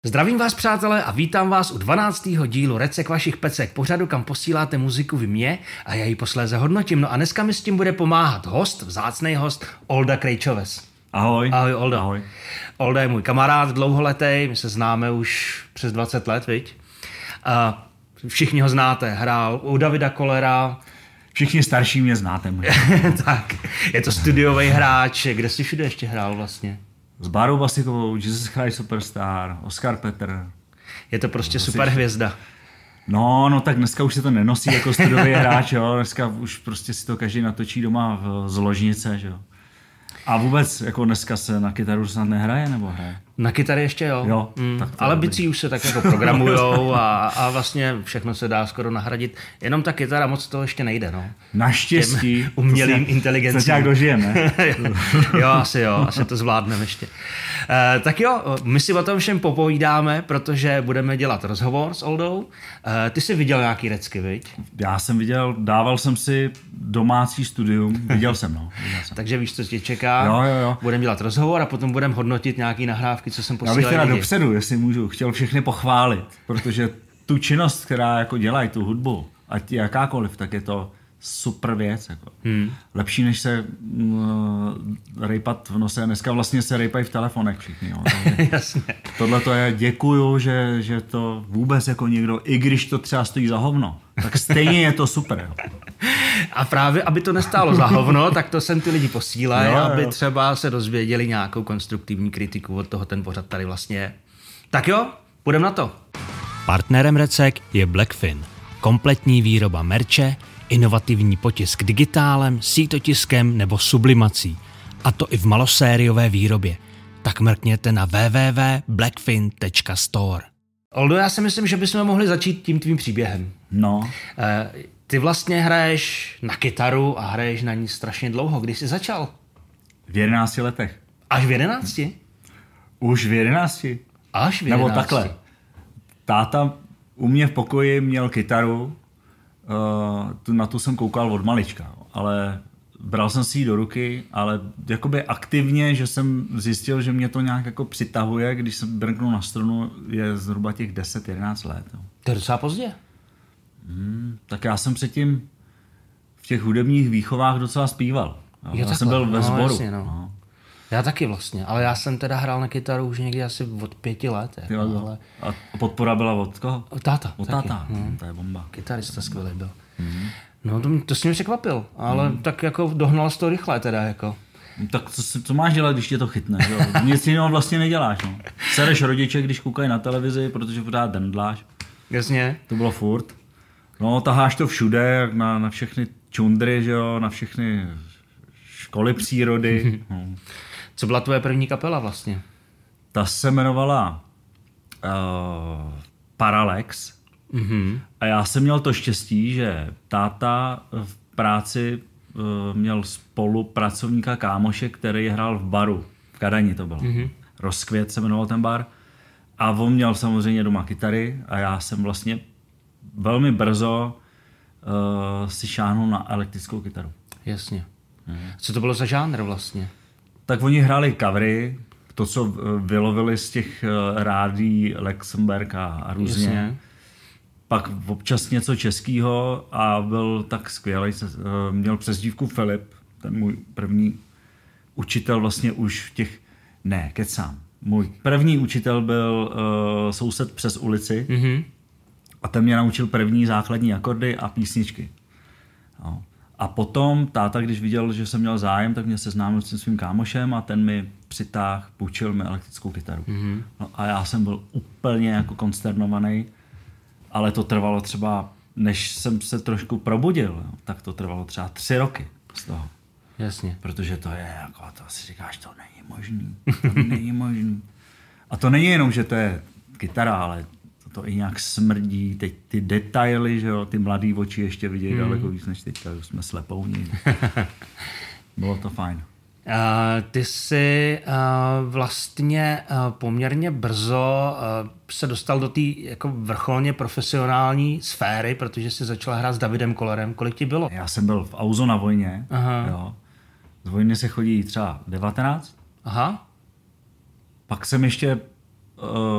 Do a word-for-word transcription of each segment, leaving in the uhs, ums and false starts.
Zdravím vás, přátelé, a vítám vás u dvanáctého dílu Recek vašich pecek, pořadu, kam posíláte muziku vy mě a já ji posléze hodnotím. No a dneska mi s tím bude pomáhat host, vzácnej host, Olda Krejčoves. Ahoj. Ahoj, Olda. Ahoj. Olda je můj kamarád dlouholetý, my se známe už přes dvacet let, viď? A všichni ho znáte, hrál u Davida Kollera. Všichni starší mě znáte. Tak, je to studiový hráč, kde jsi všude ještě hrál vlastně? S Bárou Basikovou, Jesus Christ Superstar, Oskar Petr. Je to prostě super hvězda. No, no tak dneska už se to nenosí jako studiový hráč, jo. Dneska už prostě si to každý natočí doma v, z ložnice, že jo. A vůbec, jako dneska se na kytaru snad nehraje, nebo hraje? Na kytary ještě jo, jo mm, tak ale dobrý. bicí už se tak jako programujou a, a vlastně všechno se dá skoro nahradit. Jenom ta kytara moc to ještě nejde, no. Naštěstí. Těm umělým inteligencím. To se nějak dožijeme. Jo, asi jo, asi to zvládneme ještě. E, tak jo, my si o tom všem popovídáme, protože budeme dělat rozhovor s Oldou. E, ty jsi viděl nějaký recky, viď? Já jsem viděl, dával jsem si domácí studium, viděl jsem, no. Viděl jsem. Takže víš, co tě čeká. Jo, jo, jo. Budeme dělat rozhovor a potom budeme hodnotit nějaký nahrávky, co jsem posílal. Já bych teda dopředu, jestli můžu, chtěl všechny pochválit, protože tu činnost, která jako dělají tu hudbu, ať jakákoliv, tak je to super věc. Jako. Hmm. Lepší, než se uh, rejpat v nose. Dneska vlastně se rejpají v telefonech všichni. Jo. Jasně. Tohle to je, děkuju, že, že to vůbec jako někdo, i když to třeba stojí za hovno, tak stejně je to super. Jo. A právě, aby to nestálo za hovno, tak to sem ty lidi posílají, jo, jo. aby třeba se dozvěděli nějakou konstruktivní kritiku, od toho ten pořad tady vlastně je. Tak jo, půjdeme na to. Partnerem Recek je Blackfin. Kompletní výroba merče, inovativní potisk digitálem, sítotiskem nebo sublimací. A to i v malosériové výrobě. Tak mrkněte na w w w tečka blackfin tečka store. Oldo, já si myslím, že bychom mohli začít tím tvým příběhem. No. E, ty vlastně hraješ na kytaru a hraješ na ní strašně dlouho. Kdy jsi začal? V jedenácti letech. Až v jedenácti? Už v jedenácti. Až v jedenácti. Nebo takhle. Táta u mě v pokoji měl kytaru, uh, tu, na tu jsem koukal od malička, ale bral jsem si ji do ruky, ale jakoby aktivně, že jsem zjistil, že mě to nějak jako přitahuje, když jsem brnknul na strunu, je zhruba těch deset jedenáct let. Jo. To je docela pozdě. Hmm, tak já jsem předtím v těch hudebních výchovách docela zpíval. Jo. Jo, já takhle. jsem byl ve no, sboru. Jasně, no. No. Já taky vlastně, ale já jsem teda hrál na kytaru už někdy asi od pěti let. Jako, Jo, ale... A podpora byla od koho? Od táta. Od taky. táta, Hmm. to je bomba. Kytarista skvělý byl. Hmm. No to, to jsi mě překvapil, ale hmm. tak jako dohnal jsi to rychle teda jako. Tak co, co máš dělat, když tě to chytne? Jo? Nic jiného vlastně neděláš. No. Sereš rodiče, když koukají na televizi, protože pořád dendláš. Jasně. To bylo furt. No, taháš to všude, na, na všechny čundry, že jo, na všechny školy přírody. No. Co byla tvoje první kapela vlastně? Ta se jmenovala uh, Parallax. Mm-hmm. A já jsem měl to štěstí, že táta v práci uh, měl spolupracovníka kámoše, který hrál v baru. V Kadani to bylo. Mm-hmm. Rozkvět se jmenoval ten bar. A on měl samozřejmě doma kytary a já jsem vlastně velmi brzo uh, si šáhnul na elektrickou kytaru. Jasně. Mm-hmm. Co to bylo za žánr vlastně? Tak oni hráli covery, to, co vylovili z těch uh, rádí Luxemburg a, a různě. Jasně. Pak občas něco českýho a byl tak skvělý. Měl přezdívku Filip, ten můj první učitel vlastně už v těch... Ne, kecám. Můj první učitel byl uh, soused přes ulici mm-hmm. a ten mě naučil první základní akordy a písničky. No. A potom táta, když viděl, že jsem měl zájem, tak mě seznámil s svým kámošem a ten mi přitáhl, půjčil mi elektrickou kytaru. Mm-hmm. No a já jsem byl úplně jako konsternovaný. Ale to trvalo třeba, než jsem se trošku probudil, tak to trvalo třeba tři roky z toho. Jasně. Protože to je jako, to si říkáš, to není možný, to není možný. A to není jenom, že to je kytara, ale to, to i nějak smrdí, teď ty detaily, že jo, ty mladý oči ještě vidějí mm. daleko víc než teďka, už jsme slepouní. Bylo to fajn. Uh, ty jsi uh, vlastně uh, poměrně brzo uh, se dostal do té jako vrcholně profesionální sféry, protože jsi začal hrát s Davidem Kollerem. Kolik ti bylo? Já jsem byl v Auzo na vojně. Aha. Jo. Z vojny se chodí třeba devatenáct. Aha. Pak jsem ještě uh,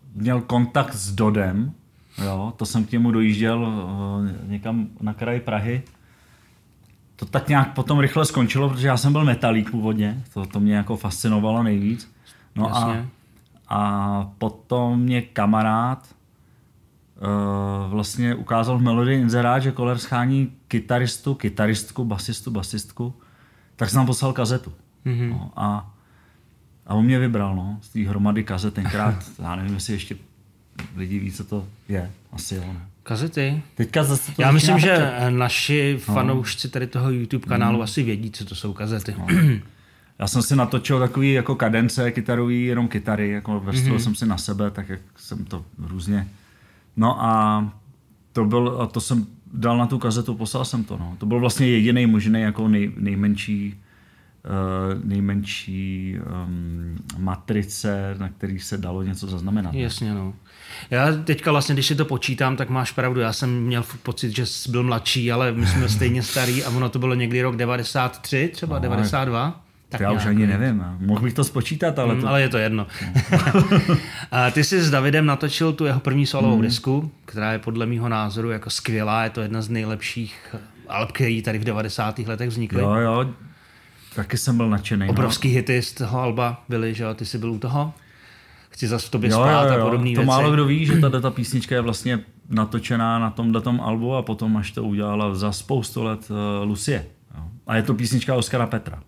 měl kontakt s Dodem, jo, to jsem k němu dojížděl uh, někam na kraji Prahy. To tak nějak potom rychle skončilo, protože já jsem byl metalík původně, to, to mě jako fascinovalo nejvíc. No a, a potom mě kamarád uh, vlastně ukázal v Melodii inzerát, že Koller schání kytaristu, kytaristku, basistu, basistku, tak jsem tam poslal kazetu. Mm-hmm. No, a, a on mě vybral, no, z té hromady kazet tenkrát, já nevím, jestli ještě lidi ví, co to je, asi jo, ne. Kazety? Teďka zase to já myslím, tak, že naši fanoušci tady toho YouTube kanálu mm. asi vědí, co to jsou kazety. No. Já jsem si natočil takový jako kadence kytarový, jenom kytary, jako vrstvil mm-hmm. jsem si na sebe, tak jak jsem to různě. No a to byl, a to jsem dal na tu kazetu, poslal jsem to, no. To byl vlastně jediný možný jako nej, nejmenší Uh, nejmenší um, matrice, na který se dalo něco zaznamenat. Jasně, no. Já teďka vlastně, když si to počítám, tak máš pravdu. Já jsem měl pocit, že jsi byl mladší, ale my jsme stejně starý a ono to bylo někdy rok devadesát tři, třeba no, devadesát dva. Tak já nějak, už ani nevím. Mohl bych to spočítat, ale... Mm, to... ale je to jedno. No. A ty jsi s Davidem natočil tu jeho první solovou mm. disku, která je podle mýho názoru jako skvělá. Je to jedna z nejlepších alb, který tady v devadesátých letech vznikly. Jo, jo. Taky jsem byl nadšený. Obrovský no. hity z toho alba byly, že jo? Ty jsi byl u toho? Chci zase v tobě jo, spát jo, jo. a podobný to věci. málo kdo ví, že ta, ta písnička je vlastně natočená na tomhletom albu a potom až to udělala za spoustu let uh, Lucie. Jo. A je to písnička Oskara Petra.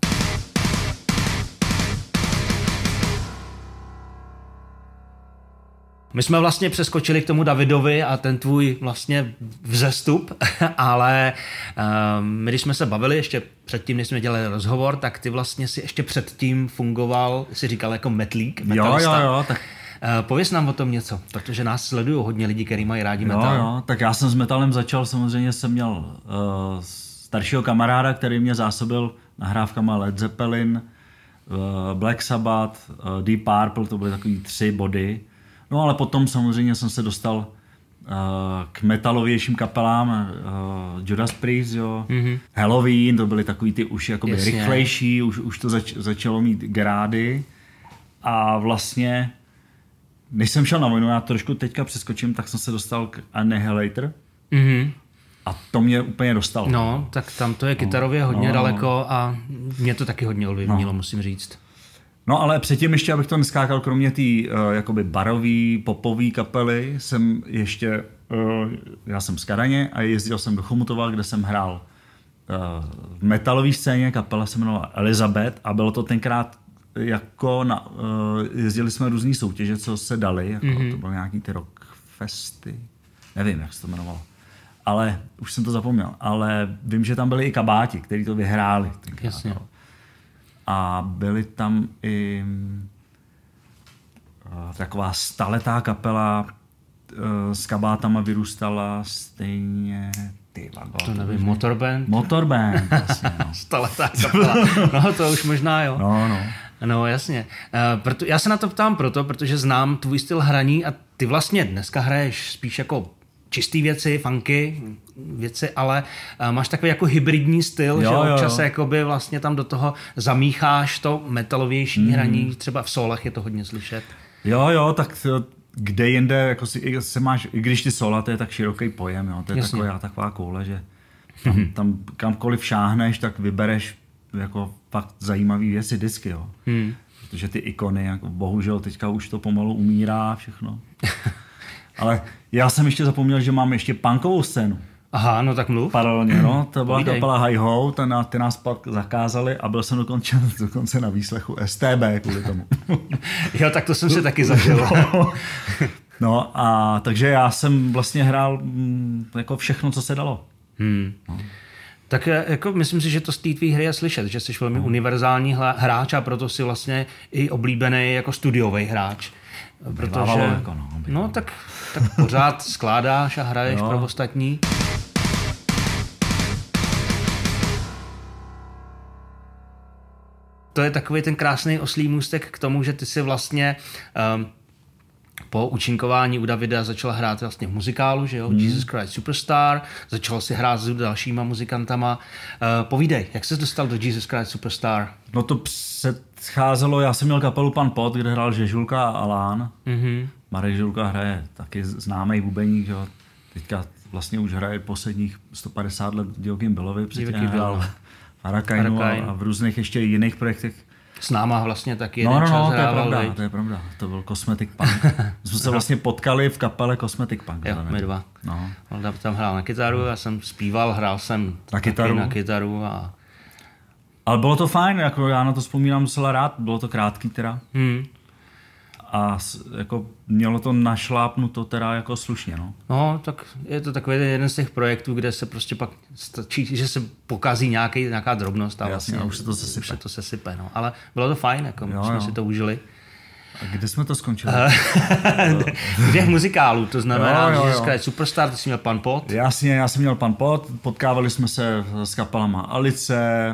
My jsme vlastně přeskočili k tomu Davidovi a ten tvůj vlastně vzestup, ale um, my, když jsme se bavili ještě předtím, než jsme dělali rozhovor, tak ty vlastně si ještě předtím fungoval, si říkal jako metlík, metalista. Jo, jo, jo. Tak... Uh, pověz nám o tom něco, protože nás sledují hodně lidí, kteří mají rádi metal. Jo, jo, tak já jsem s metalem začal, samozřejmě jsem měl uh, staršího kamaráda, který mě zásobil nahrávkama Led Zeppelin, uh, Black Sabbath, uh, Deep Purple, to byly takový tři body. No ale potom samozřejmě jsem se dostal uh, k metalovějším kapelám, uh, Judas Priest, jo, mm-hmm. Halloween, to byly takový ty už jakoby Jasně. rychlejší, už, už to zač, začalo mít grády a vlastně, než jsem šel na vojnu, já trošku teďka přeskočím, tak jsem se dostal k Annihilator mm-hmm. a to mě úplně dostalo. No, tak tam to je kytarově hodně no, daleko a mě to taky hodně ovlivnilo, no. musím říct. No ale předtím ještě, abych to neskákal, kromě té uh, jakoby barový, popový kapely, jsem ještě, uh, já jsem z Kadaně a jezdil jsem do Chomutova, kde jsem hrál uh, v metalové scéně, kapela se jmenovala Elizabeth a bylo to tenkrát jako, na, uh, jezdili jsme různý soutěže, co se dali, jako, mm-hmm. to bylo nějaký ty rockfesty, nevím, jak se to jmenovalo, ale už jsem to zapomněl, ale vím, že tam byli i kabáti, kteří to vyhráli tenkrát. Jasně. No. A byly tam i uh, taková staletá kapela uh, s kabátama vyrůstala stejně... Ty vago, to nevím, Motorband? Motorband, jasně. No. Staletá kapela, no to už možná jo. No, no. No jasně. Uh, proto, já se na to ptám proto, protože znám tvůj styl hraní a ty vlastně dneska hraješ spíš jako čistý věci, funky věci, ale uh, máš takový jako hybridní styl, jo, že občas jakoby vlastně tam do toho zamícháš to metalovější mm. hraní, třeba v solech je to hodně slyšet. Jo, jo, tak kde jinde, jako si, se máš, i když ty sola, to je tak široký pojem, jo, to je taková, taková koule, že tam, tam kamkoliv šáhneš, tak vybereš jako fakt zajímavý věci, disky, jo. Hmm. Protože ty ikony, jako bohužel teďka už to pomalu umírá všechno. Ale já jsem ještě zapomněl, že mám ještě punkovou scénu. Aha, no tak mluv. Paralelně, no. To byla kapela Hi Ho, ten, ty nás pak zakázali a byl jsem dokonce, dokonce na výslechu S T B kvůli tomu. Jo, tak to jsem si taky zažil. No a takže já jsem vlastně hrál m, jako všechno, co se dalo. Hmm. No. Tak jako myslím si, že to z té tvý hry je slyšet, že jsi velmi no. univerzální hráč a proto si vlastně i oblíbený jako studiový hráč. Protože, jako no, no tak, tak pořád skládáš a hraješ pro ostatní. To je takový ten krásný oslí můstek k tomu, že ty si vlastně um, po účinkování u Davida začal hrát vlastně v muzikálu, že jo, hmm. Jesus Christ Superstar, začal si hrát s dalšíma muzikantama. Uh, povídej, jak ses dostal do Jesus Christ Superstar? No to předcházelo, já jsem měl kapelu Pan Pot, kde hrál Žežulka a Alán. Mm-hmm. Marek Žilka hraje taky známý bubeník, jo. Teďka vlastně už hraje posledních sto padesát let v Divokým Bylovi, předtím hrál v Arakajnu a, a v různých ještě jiných projektech. S náma vlastně taky no, jeden no, čas no, to je hrával. pravda, to je pravda. To byl Cosmetic Punk. My jsme se vlastně potkali v kapele Cosmetic Punk. Jo, my dva. No. On tam hrál na kytaru, já jsem zpíval, hrál jsem na kytaru. na kytaru a... Ale bylo to fajn, jako já na to vzpomínám docela rád, bylo to krátký teda. Hmm. A jako mělo to našlápnuto teda jako slušně, no. No, tak je to takový jeden z těch projektů, kde se prostě pak stačí, že se pokazí nějaký, nějaká drobnost a jasně, vlastně už se to sesype. Už se to sesype, no. Ale bylo to fajn, jako jo, jsme jo. si to užili. A kde jsme to skončili? Těch muzikálů, to znamená, jo, jo, jo. že jsi Superstar, ty jsi měl Pan Pot. Jasně, já jsem měl Pan Pot, potkávali jsme se s kapelama Alice,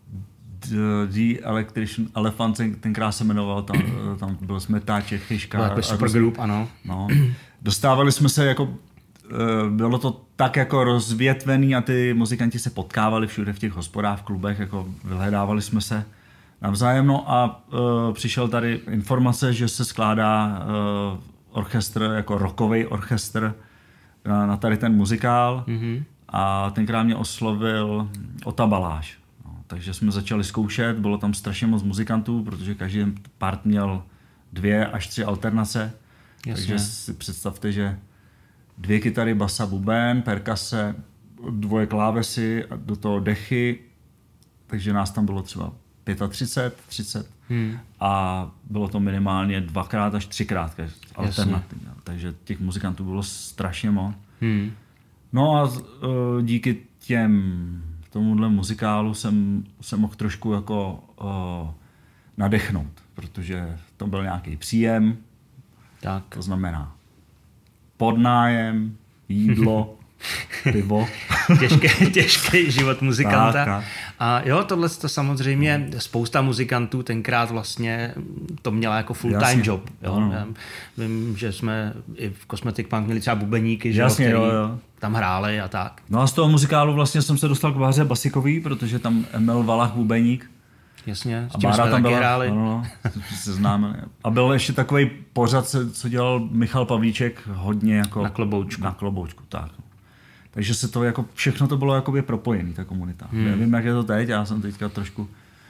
The Electrician Elephant, tenkrát se jmenoval, tam, tam byl Smetáček, Chyška. Byl jako supergroup, ano. No. Dostávali jsme se jako, bylo to tak jako rozvětvený a ty muzikanti se potkávali všude v těch hospodách, v klubech, jako vyhledávali jsme se navzájem. No a uh, přišel tady informace, že se skládá uh, orchestr, jako rockový orchestr na, na tady ten muzikál mm-hmm. a tenkrát mě oslovil Ota Baláš. Takže jsme začali zkoušet, bylo tam strašně moc muzikantů, protože každý part měl dvě až tři alternace. Jasně. Takže si představte, že dvě kytary, basa, buben, perkase, dvoje klávesy, do toho dechy, takže nás tam bylo třeba třicet pět, třicet hmm. a bylo to minimálně dvakrát až třikrát alternativně. Takže těch muzikantů bylo strašně moc. Hmm. No a uh, díky těm tomuhle muzikálu jsem se mohl trošku jako uh, nadechnout, protože to byl nějaký příjem, tak. To znamená podnájem, jídlo, pivo. Těžký, těžký život muzikanta. Tak, tak. A jo, tohle to samozřejmě spousta muzikantů tenkrát vlastně to měla jako full-time job. Jo? No. Já vím, že jsme i v Cosmetic Punk měli třeba bubeníky, že jasně, který jo, jo. tam hráli a tak. No a z toho muzikálu vlastně jsem se dostal k Báře Basikový, protože tam Emil Valach bubeník. Jasně, s a tím Bára jsme tam taky byla, hráli. No, no, se známe. A byl ještě takový pořad, co dělal Michal Pavlíček, hodně jako... Na kloboučku. Na kloboučku, tak. Takže se to jako, všechno to bylo jakoby propojený, ta komunita. Hmm. Nevím, jak je to teď, já jsem teďka trošku uh,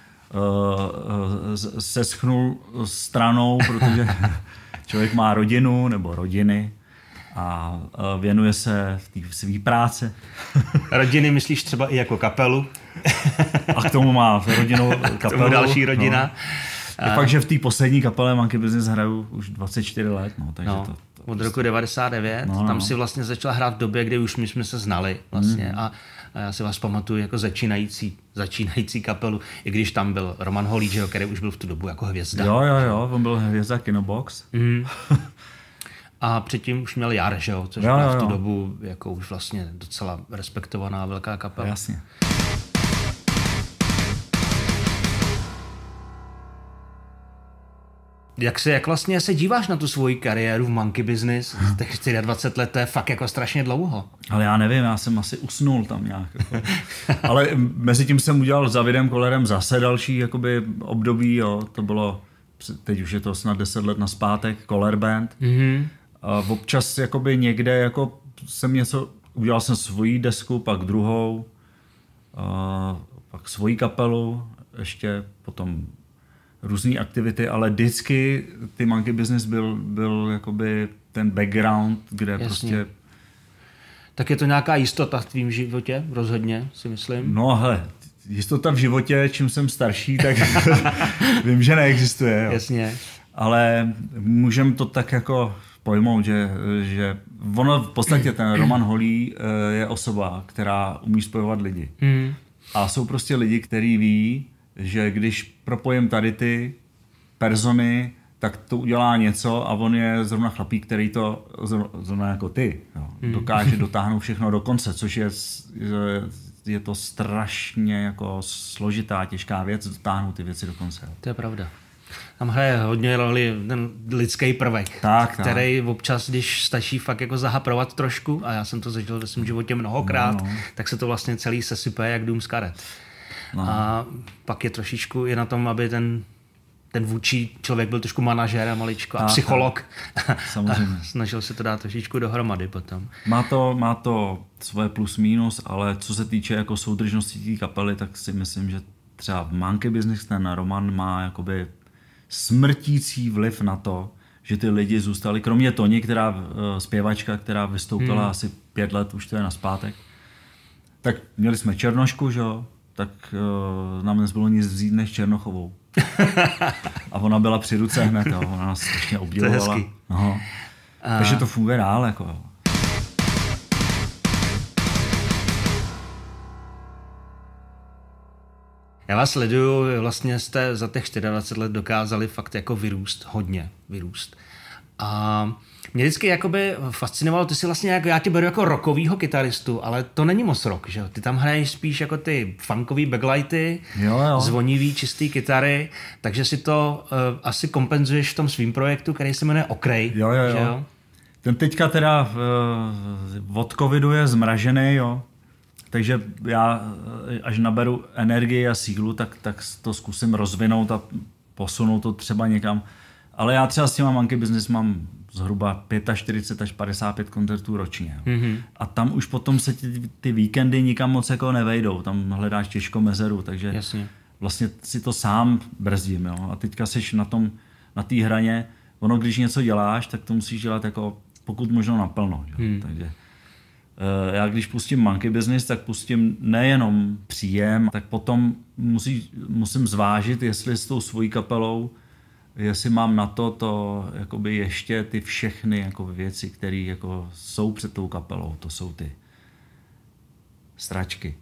uh, seschnul stranou, protože člověk má rodinu nebo rodiny a uh, věnuje se v té své práce. Rodiny myslíš třeba i jako kapelu? A k tomu má rodinu kapelu. K tomu další rodina. No. Je fakt, že v té poslední kapele Monkey Business hraju už dvacet čtyři let. No, takže no, to, to od roku devadesát devět. No, no, tam no. si vlastně začala hrát v době, kdy už my jsme se znali vlastně. Mm. A, a já si vás pamatuju jako začínající, začínající kapelu, i když tam byl Roman Holíč, který už byl v tu dobu jako hvězda. Jo, jo, jo, on byl hvězda Kinobox. Mm. A předtím už měl Jar, že jo, což jo, byla v tu jo. dobu jako už vlastně docela respektovaná velká kapela. Jasně. Jak se, jak vlastně se díváš na tu svoji kariéru v Monkey Business? Tak dvacet čtyři let, to je fakt jako strašně dlouho. Ale já nevím, já jsem asi usnul tam nějak. Jako. Ale mezi tím jsem udělal s Davidem Kollerem zase další jakoby období, jo. To bylo, teď už je to snad deset let nazpátek, Koller Band. Mm-hmm. A občas jakoby někde jako jsem něco, udělal jsem svoji desku, pak druhou, a pak svoji kapelu, ještě potom různé aktivity, ale vždycky ty Monkey Business byl, byl jakoby ten background, kde jasně. Prostě... Tak je to nějaká jistota v tvým životě, rozhodně, si myslím. No hele, jistota v životě, čím jsem starší, tak vím, že neexistuje. Jo. Jasně. Ale můžeme to tak jako pojmout, že, že ono v podstatě ten Roman Holý je osoba, která umí spojovat lidi. Hmm. A jsou prostě lidi, kteří ví, že když propojím tady ty persony, tak to udělá něco a on je zrovna chlapík, který to zrovna jako ty jo, dokáže dotáhnout všechno do konce, což je, je to strašně jako složitá, těžká věc dotáhnout ty věci do konce. To je pravda. Tam hraje hodně roli ten lidský prvek, tak, který tak. občas, když stačí fakt jako zahaprovat trošku, a já jsem to zažil ve svém životě mnohokrát, no, no. tak se to vlastně celý sesype jak dům z karet. No. A pak je trošičku je na tom, aby ten ten vůči člověk byl trošku manažer a maličko a, a psycholog. Samozřejmě. A snažil se to dát trošičku dohromady potom. Má to, má to svoje plus minus, ale co se týče jako soudržnosti té kapely, tak si myslím, že třeba v Monkey Business ten Roman má jakoby smrtící vliv na to, že ty lidi zůstali, kromě Toni, která zpěvačka, která vystoupila hmm. asi pět let, už to je naspátek, tak měli jsme Černošku, že jo, tak uh, nám nezbylo nic vzít než Černochovou. A ona byla při ruce hned, jo. Ona nás strašně obdivovala. No. A... Takže to funguje dál. Jako. Já vás sleduju, vlastně jste za těch dvacet čtyři let dokázali fakt jako vyrůst, hodně vyrůst. A mě vždycky jakoby fascinovalo, ty si vlastně, jako, já tě beru jako rockovýho kytaristu, ale to není moc rock, že jo? Ty tam hraješ spíš jako ty funkový backlighty, jo, jo. zvonivý, čistý kytary, takže si to uh, asi kompenzuješ v tom svým projektu, který se jmenuje Okrej. Jo, jo, jo. Že jo? Ten teďka teda uh, od covidu je zmražený, jo. Takže já, až naberu energii a sílu, tak, tak to zkusím rozvinout a posunout to třeba někam. Ale já třeba s těma Monkey Business mám zhruba čtyřicet pět až padesát pět koncertů ročně. Mm-hmm. A tam už potom se ty, ty víkendy nikam moc jako nevejdou. Tam hledáš těžko mezeru, takže jasně. Vlastně si to sám brzdím. Jo? A teďka jsi na tom, na té hraně, ono když něco děláš, tak to musíš dělat jako pokud možno naplno. Hmm. Takže já když pustím Monkey Business, tak pustím nejenom příjem, tak potom musí, musím zvážit, jestli s tou svojí kapelou, jestli mám na to, to jakoby ještě ty všechny jako věci, které jako jsou před tou kapelou, to jsou ty sračky.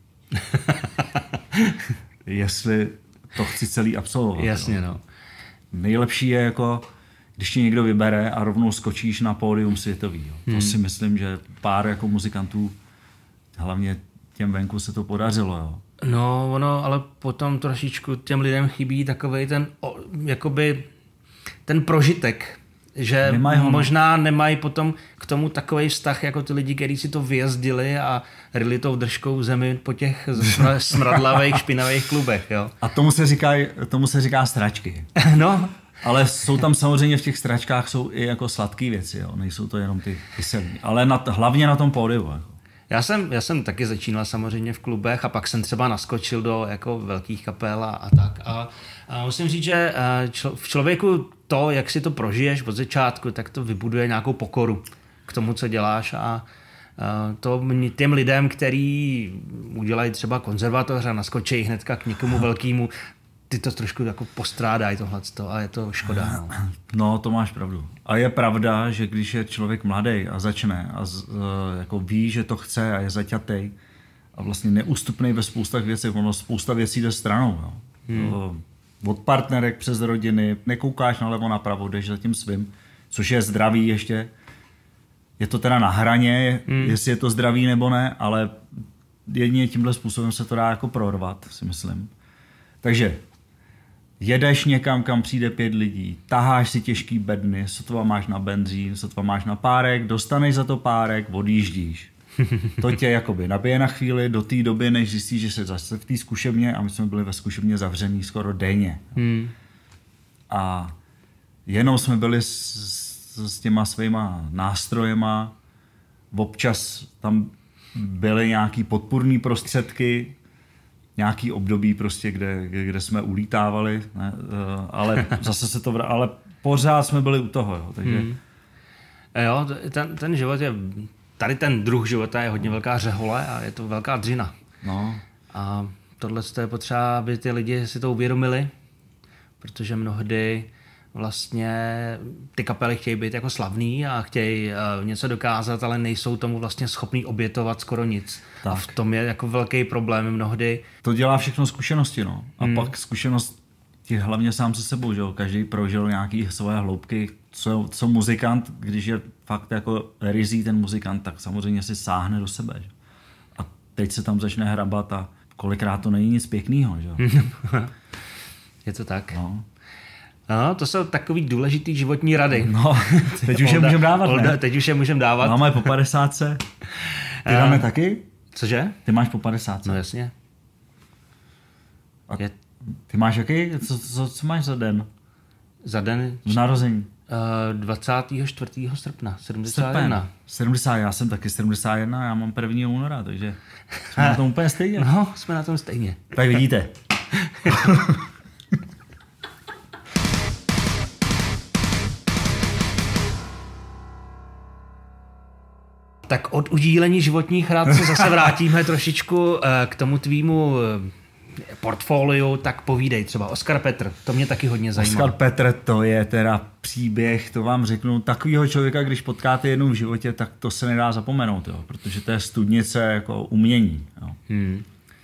Jestli to chci celý absolvovat. Jasně, no. Nejlepší je jako když ti někdo vybere a rovnou skočíš na pódium světový. Jo. To hmm. si myslím, že pár jako muzikantů, hlavně těm venku se to podařilo. Jo. No, ono, ale potom trošičku těm lidem chybí takovej ten, o, jakoby, ten prožitek, že nemají možná nemají potom k tomu takovej vztah, jako ty lidi, kteří si to vyjezdili a ryli tou držkou zemi po těch smradlavých, špinavých klubech. Jo. A tomu se říká, tomu se říká stračky. No, ale jsou tam samozřejmě v těch stračkách jsou i jako sladké věci, jo. Nejsou to jenom ty kyselní, ale na, hlavně na tom pódiu. Jako. Já jsem, já jsem taky začínal samozřejmě v klubech a pak jsem třeba naskočil do jako velkých kapel a, a tak. A, a musím říct, že člo, v člověku to, jak si to prožiješ od začátku, tak to vybuduje nějakou pokoru k tomu, co děláš a, a to těm lidem, kteří udělají třeba konzervatoř a naskočí hnedka k někomu velkému, ty to trošku jako postrádají tohleto a je to škoda. No. no, to máš pravdu. A je pravda, že když je člověk mladý a začne a z, jako ví, že to chce a je zaťatej a vlastně neústupnej ve spoustách věcí, ono spousta věcí jde stranou. Jo. Hmm. Od partnerek přes rodiny, nekoukáš nalevo napravo, jdeš za tím svým, což je zdravý ještě. Je to teda na hraně, hmm. jestli je to zdravý nebo ne, ale jedině tímhle způsobem se to dá jako prorvat, si myslím. Takže jedeš někam, kam přijde pět lidí, taháš si těžký bedny, sotva máš na benzín, sotva máš na párek, dostaneš za to párek, odjíždíš. To tě jakoby nabije na chvíli do té doby, než zjistíš, že jsi zase v té zkušebně a my jsme byli ve zkušebně zavřený skoro denně. Hmm. A jenom jsme byli s, s těma svýma nástrojema, občas tam byly nějaký podpůrný prostředky, nějaký období prostě, kde, kde jsme ulítávali, ne? Ale zase se to, ale pořád jsme byli u toho, jo, takže. Hmm. Jo, ten, ten život je, tady ten druh života je hodně velká řehole a je to velká dřina. No. A tohle je potřeba, aby ty lidi si to uvědomili, protože mnohdy vlastně ty kapely chtějí být jako slavný a chtějí uh, něco dokázat, ale nejsou tomu vlastně schopní obětovat skoro nic. Tak. A v tom je jako velký problém mnohdy. To dělá všechno zkušenosti, no. A hmm. pak zkušenost ti hlavně sám se sebou, že jo. Každý prožil nějaký svoje hloubky, co, co muzikant, když je fakt jako rizí ten muzikant, tak samozřejmě si sáhne do sebe, že? A teď se tam začne hrabat a kolikrát to není nic pěknýho, že jo. Je to tak. No. No, to jsou takový důležitý životní rady. No, teď už je můžeme dávat, ne? Teď už je můžeme dávat. Máme po padesátce. Ty dáme uh, taky? Cože? Ty máš po padesátce. No jasně. A je... Ty máš jaký? Co, co, co máš za den? Za den? V narození. Uh, dvacátého čtvrtého srpna, sedmdesát jedna. Srpen. sedmdesát, já jsem taky sedmdesát jedna, já mám prvního února, takže jsme na tom úplně stejně. No, jsme na tom stejně. Tak vidíte. Tak od udílení životních rad se zase vrátíme trošičku k tomu tvýmu portfoliu, tak povídej třeba Oskar Petr, to mě taky hodně zajímá. Oskar Petr, to je teda příběh, to vám řeknu, takovýho člověka, když potkáte jednou v životě, tak to se nedá zapomenout, jo, protože to je studnice jako umění. Jo. Hmm.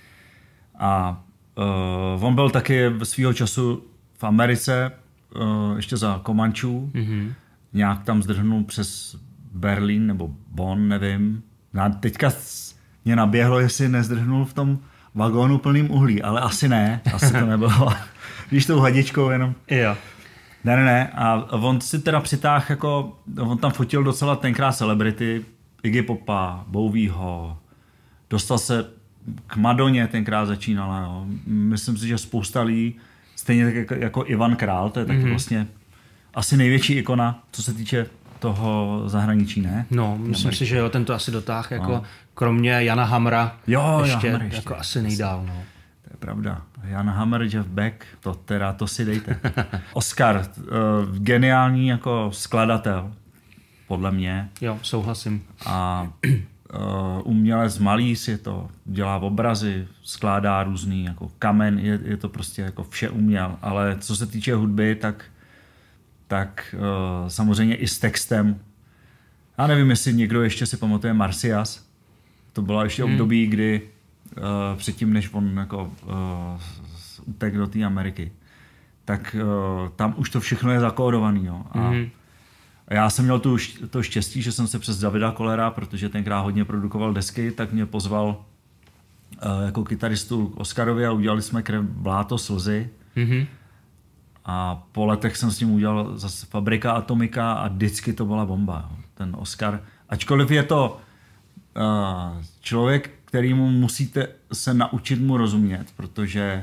A uh, on byl taky svýho času v Americe, uh, ještě za Komančů, hmm. nějak tam zdrhnul přes Berlín nebo Bonn, nevím. A teďka mě naběhlo, jestli nezdrhnul v tom vagónu plným uhlí, ale asi ne, asi to nebylo. Když tou hadičkou jenom. Jo. Ne, ne, ne. A on si teda přitáhl jako, on tam fotil docela tenkrát celebrity, Iggy Popa, Bowieho, dostal se k Madoně, tenkrát začínala. Jo. Myslím si, že spousta lidí, stejně tak jako, jako Ivan Král, to je taky mm-hmm. vlastně asi největší ikona, co se týče toho zahraničí, ne? No, myslím si, že jo, ten to asi dotáhl, jako no. Kromě Jana Hammera, jo, ještě, Hammer ještě jako asi nejdál. No. To je pravda. Jan Hammer, Jeff Beck, to teda, to si dejte. Oscar, uh, geniální jako skladatel, podle mě. Jo, souhlasím. A uh, umělec, malíř je to, dělá obrazy, skládá různý, jako kamen, je, je to prostě jako vše uměl. Ale co se týče hudby, tak tak uh, samozřejmě i s textem. Já nevím, jestli někdo ještě si pamatuje Marcias. To bylo ještě hmm. období, kdy uh, předtím, než on jako uh, utekl do té Ameriky, tak uh, tam už to všechno je zakódovaný. Jo. A hmm. já jsem měl tu, to štěstí, že jsem se přes Davida Kollera, protože tenkrát hodně produkoval desky, tak mě pozval uh, jako kytaristu k Oscarovi a udělali jsme Krev, bláto, slzy. Hmm. A po letech jsem s ním udělal zase Fabrika Atomika a vždycky to byla bomba. Jo. Ten Oscar. Ačkoliv je to uh, člověk, kterýmu musíte se naučit mu rozumět, protože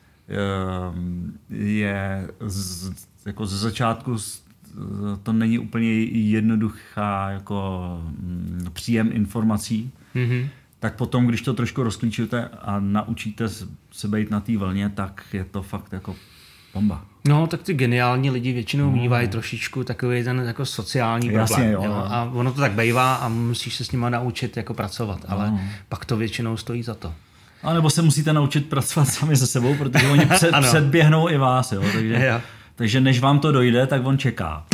uh, je z, jako ze začátku to není úplně jednoduchá jako příjem informací. Mm-hmm. Tak potom, když to trošku rozklíčujete a naučíte se být na té vlně, tak je to fakt jako bomba. No, tak ty geniální lidi většinou no. mívají trošičku takový ten jako sociální problém. Jasně, jo, jo? A ono to tak bejvá a musíš se s nima naučit jako pracovat, ale no. pak to většinou stojí za to. A nebo se musíte naučit pracovat sami se sebou, protože oni před, předběhnou i vás, jo? Takže, jo. takže než vám to dojde, tak on čeká.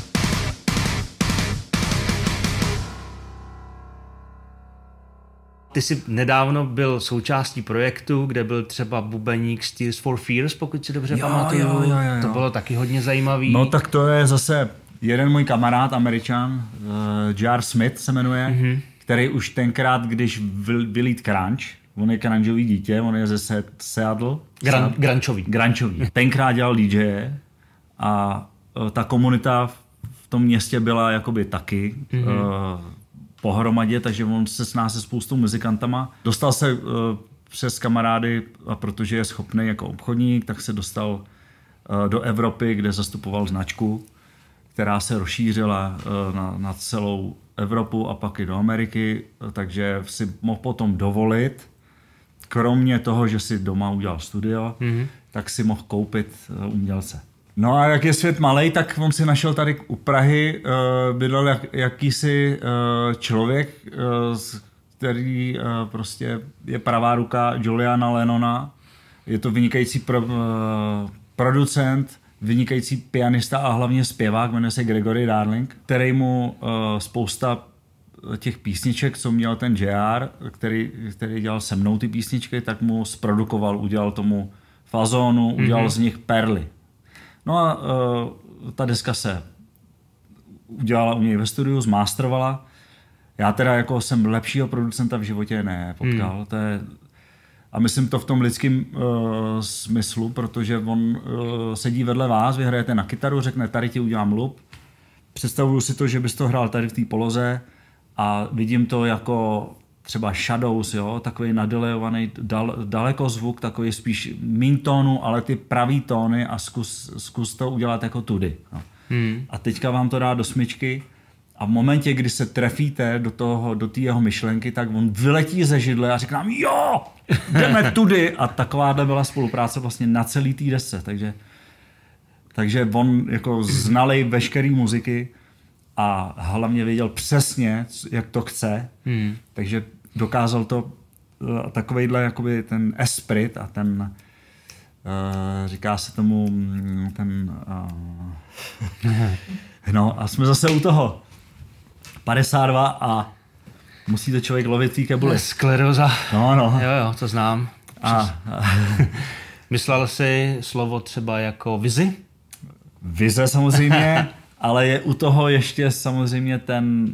Ty jsi nedávno byl součástí projektu, kde byl třeba bubeník z Tears for Fears, pokud si dobře jo, pamatuju. Jo, jo, jo. To bylo taky hodně zajímavý. No tak to je zase jeden můj kamarád, Američan, uh, J R. Smith se jmenuje, mm-hmm. který už tenkrát, když vylít crunch, on je crunčový dítě, on je ze Seattle. Gran, Grančový. Grančový. Tenkrát dělal D J a uh, ta komunita v tom městě byla jakoby taky mm-hmm. uh, pohromadě, takže on se sná se spoustou muzikantama. Dostal se uh, přes kamarády, a protože je schopný jako obchodník, tak se dostal uh, do Evropy, kde zastupoval značku, která se rozšířila uh, na, na celou Evropu a pak i do Ameriky, uh, takže si mohl potom dovolit, kromě toho, že si doma udělal studio, mm-hmm. tak si mohl koupit uh, umělce. No a jak je svět malej, tak on si našel tady u Prahy, uh, bydlel jak, jakýsi uh, člověk, uh, který uh, prostě je pravá ruka Juliana Lennona. Je to vynikající pro, uh, producent, vynikající pianista a hlavně zpěvák, jmenuje se Gregory Darling, který mu uh, spousta těch písniček, co měl ten J R, který, který dělal se mnou ty písničky, tak mu zprodukoval, udělal tomu fazónu, udělal mm-hmm. z nich perly. No a uh, ta deska se udělala u něj ve studiu, zmasterovala. Já teda jako jsem lepšího producenta v životě nepotkal. Hmm. To je, a myslím to v tom lidském uh, smyslu, protože on uh, sedí vedle vás, vy hrajete na kytaru, řekne, tady ti udělám loop. Představuju si to, že bys to hrál tady v té poloze a vidím to jako třeba Shadows, jo, takový nadelejovaný dal, dalekozvuk, takový spíš míň tónu, ale ty pravý tóny a zkus, zkus to udělat jako tudy. No. Hmm. A teďka vám to dá do smyčky a v momentě, kdy se trefíte do toho, do té jeho myšlenky, tak on vyletí ze židle a říká nám jo, jdeme tudy. A takováhle byla spolupráce vlastně na celý té desce, takže, takže on jako znalej veškerý muziky a hlavně věděl přesně, jak to chce, hmm. takže dokázal to takovejhle jakoby ten esprit a ten uh, říká se tomu ten uh, no a jsme zase u toho padesát dva a musí to člověk lovit tý kebuli. Skleróza. No, no. Jo, jo, to znám. A, a. Myslel jsi slovo třeba jako vizi? Vize samozřejmě, ale je u toho ještě samozřejmě ten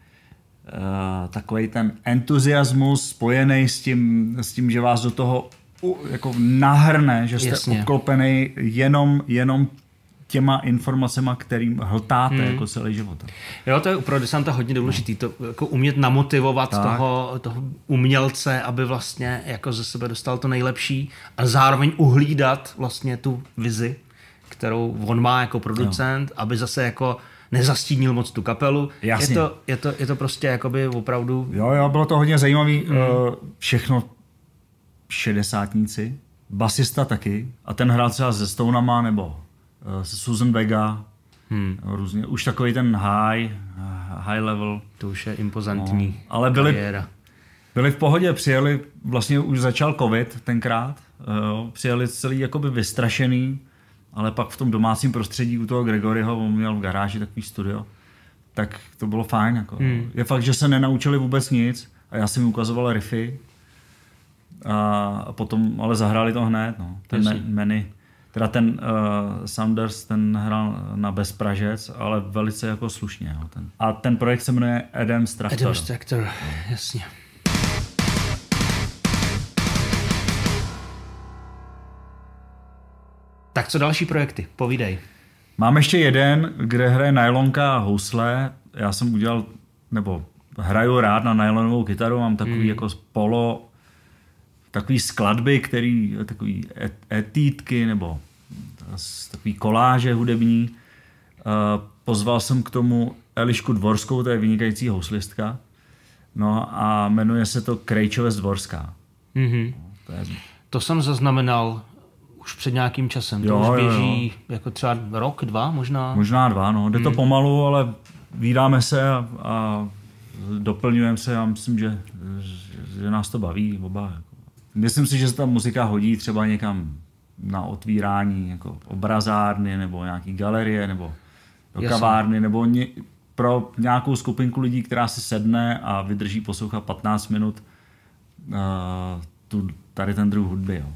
uh, takovej ten entuziasmus spojený s tím, s tím, že vás do toho uh, jako nahrne, že jste Jasně. obklopený jenom, jenom těma informacema, kterým hltáte hmm. jako celý život. Jo, to je pro desanta hodně důležitý, to jako umět namotivovat toho, toho umělce, aby vlastně jako ze sebe dostal to nejlepší a zároveň uhlídat vlastně tu vizi, kterou on má jako producent, jo. aby zase jako nezastínil moc tu kapelu. Jasně. Je to, je to, je to prostě jakoby opravdu... Jo, jo, bylo to hodně zajímavý. Hmm. Všechno šedesátníci, basista taky a ten hrál třeba se Stonama nebo se Susan Vega, hmm. různě. Už takový ten high, high level. To už je impozantní no. Ale byli, byli v pohodě, přijeli, vlastně už začal covid tenkrát, jo, přijeli celý jakoby vystrašený, ale pak v tom domácím prostředí u toho Gregoryho, on měl v garáži takový studio, tak to bylo fajn. Jako. Hmm. Je fakt, že se nenaučili vůbec nic a já jsem jim ukazoval riffy a potom, ale zahráli to hned, no. Ten menu. Teda ten uh, Saunders, ten hrál na bezpražec, ale velice jako slušně. Jo, ten. A ten projekt se jmenuje Adam's Tractor. Adam's Tractor, jasně. Tak co další projekty? Povídej. Mám ještě jeden, kde hraje nylonka a housle. Já jsem udělal, nebo hraju rád na nylonovou kytaru, mám takový hmm. jako polo, takový skladby, který, takový etítky nebo takový koláže hudební. Pozval jsem k tomu Elišku Dvorskou, to je vynikající houslistka. No a jmenuje se to Krejčovec Dvorská. Mm-hmm. To, je... to jsem zaznamenal už před nějakým časem. To jo, už běží jo, jo. jako třeba rok, dva možná? Možná dva, no. Jde mm. to pomalu, ale vídáme se a, a doplňujeme se. Já myslím, že, že nás to baví oba. Myslím si, že se ta muzika hodí třeba někam na otvírání jako obrazárny nebo nějaký galerie nebo do Jasně. kavárny nebo ně, pro nějakou skupinku lidí, která si sedne a vydrží poslouchat patnáct minut uh, tu, tady ten druh hudby. Jo.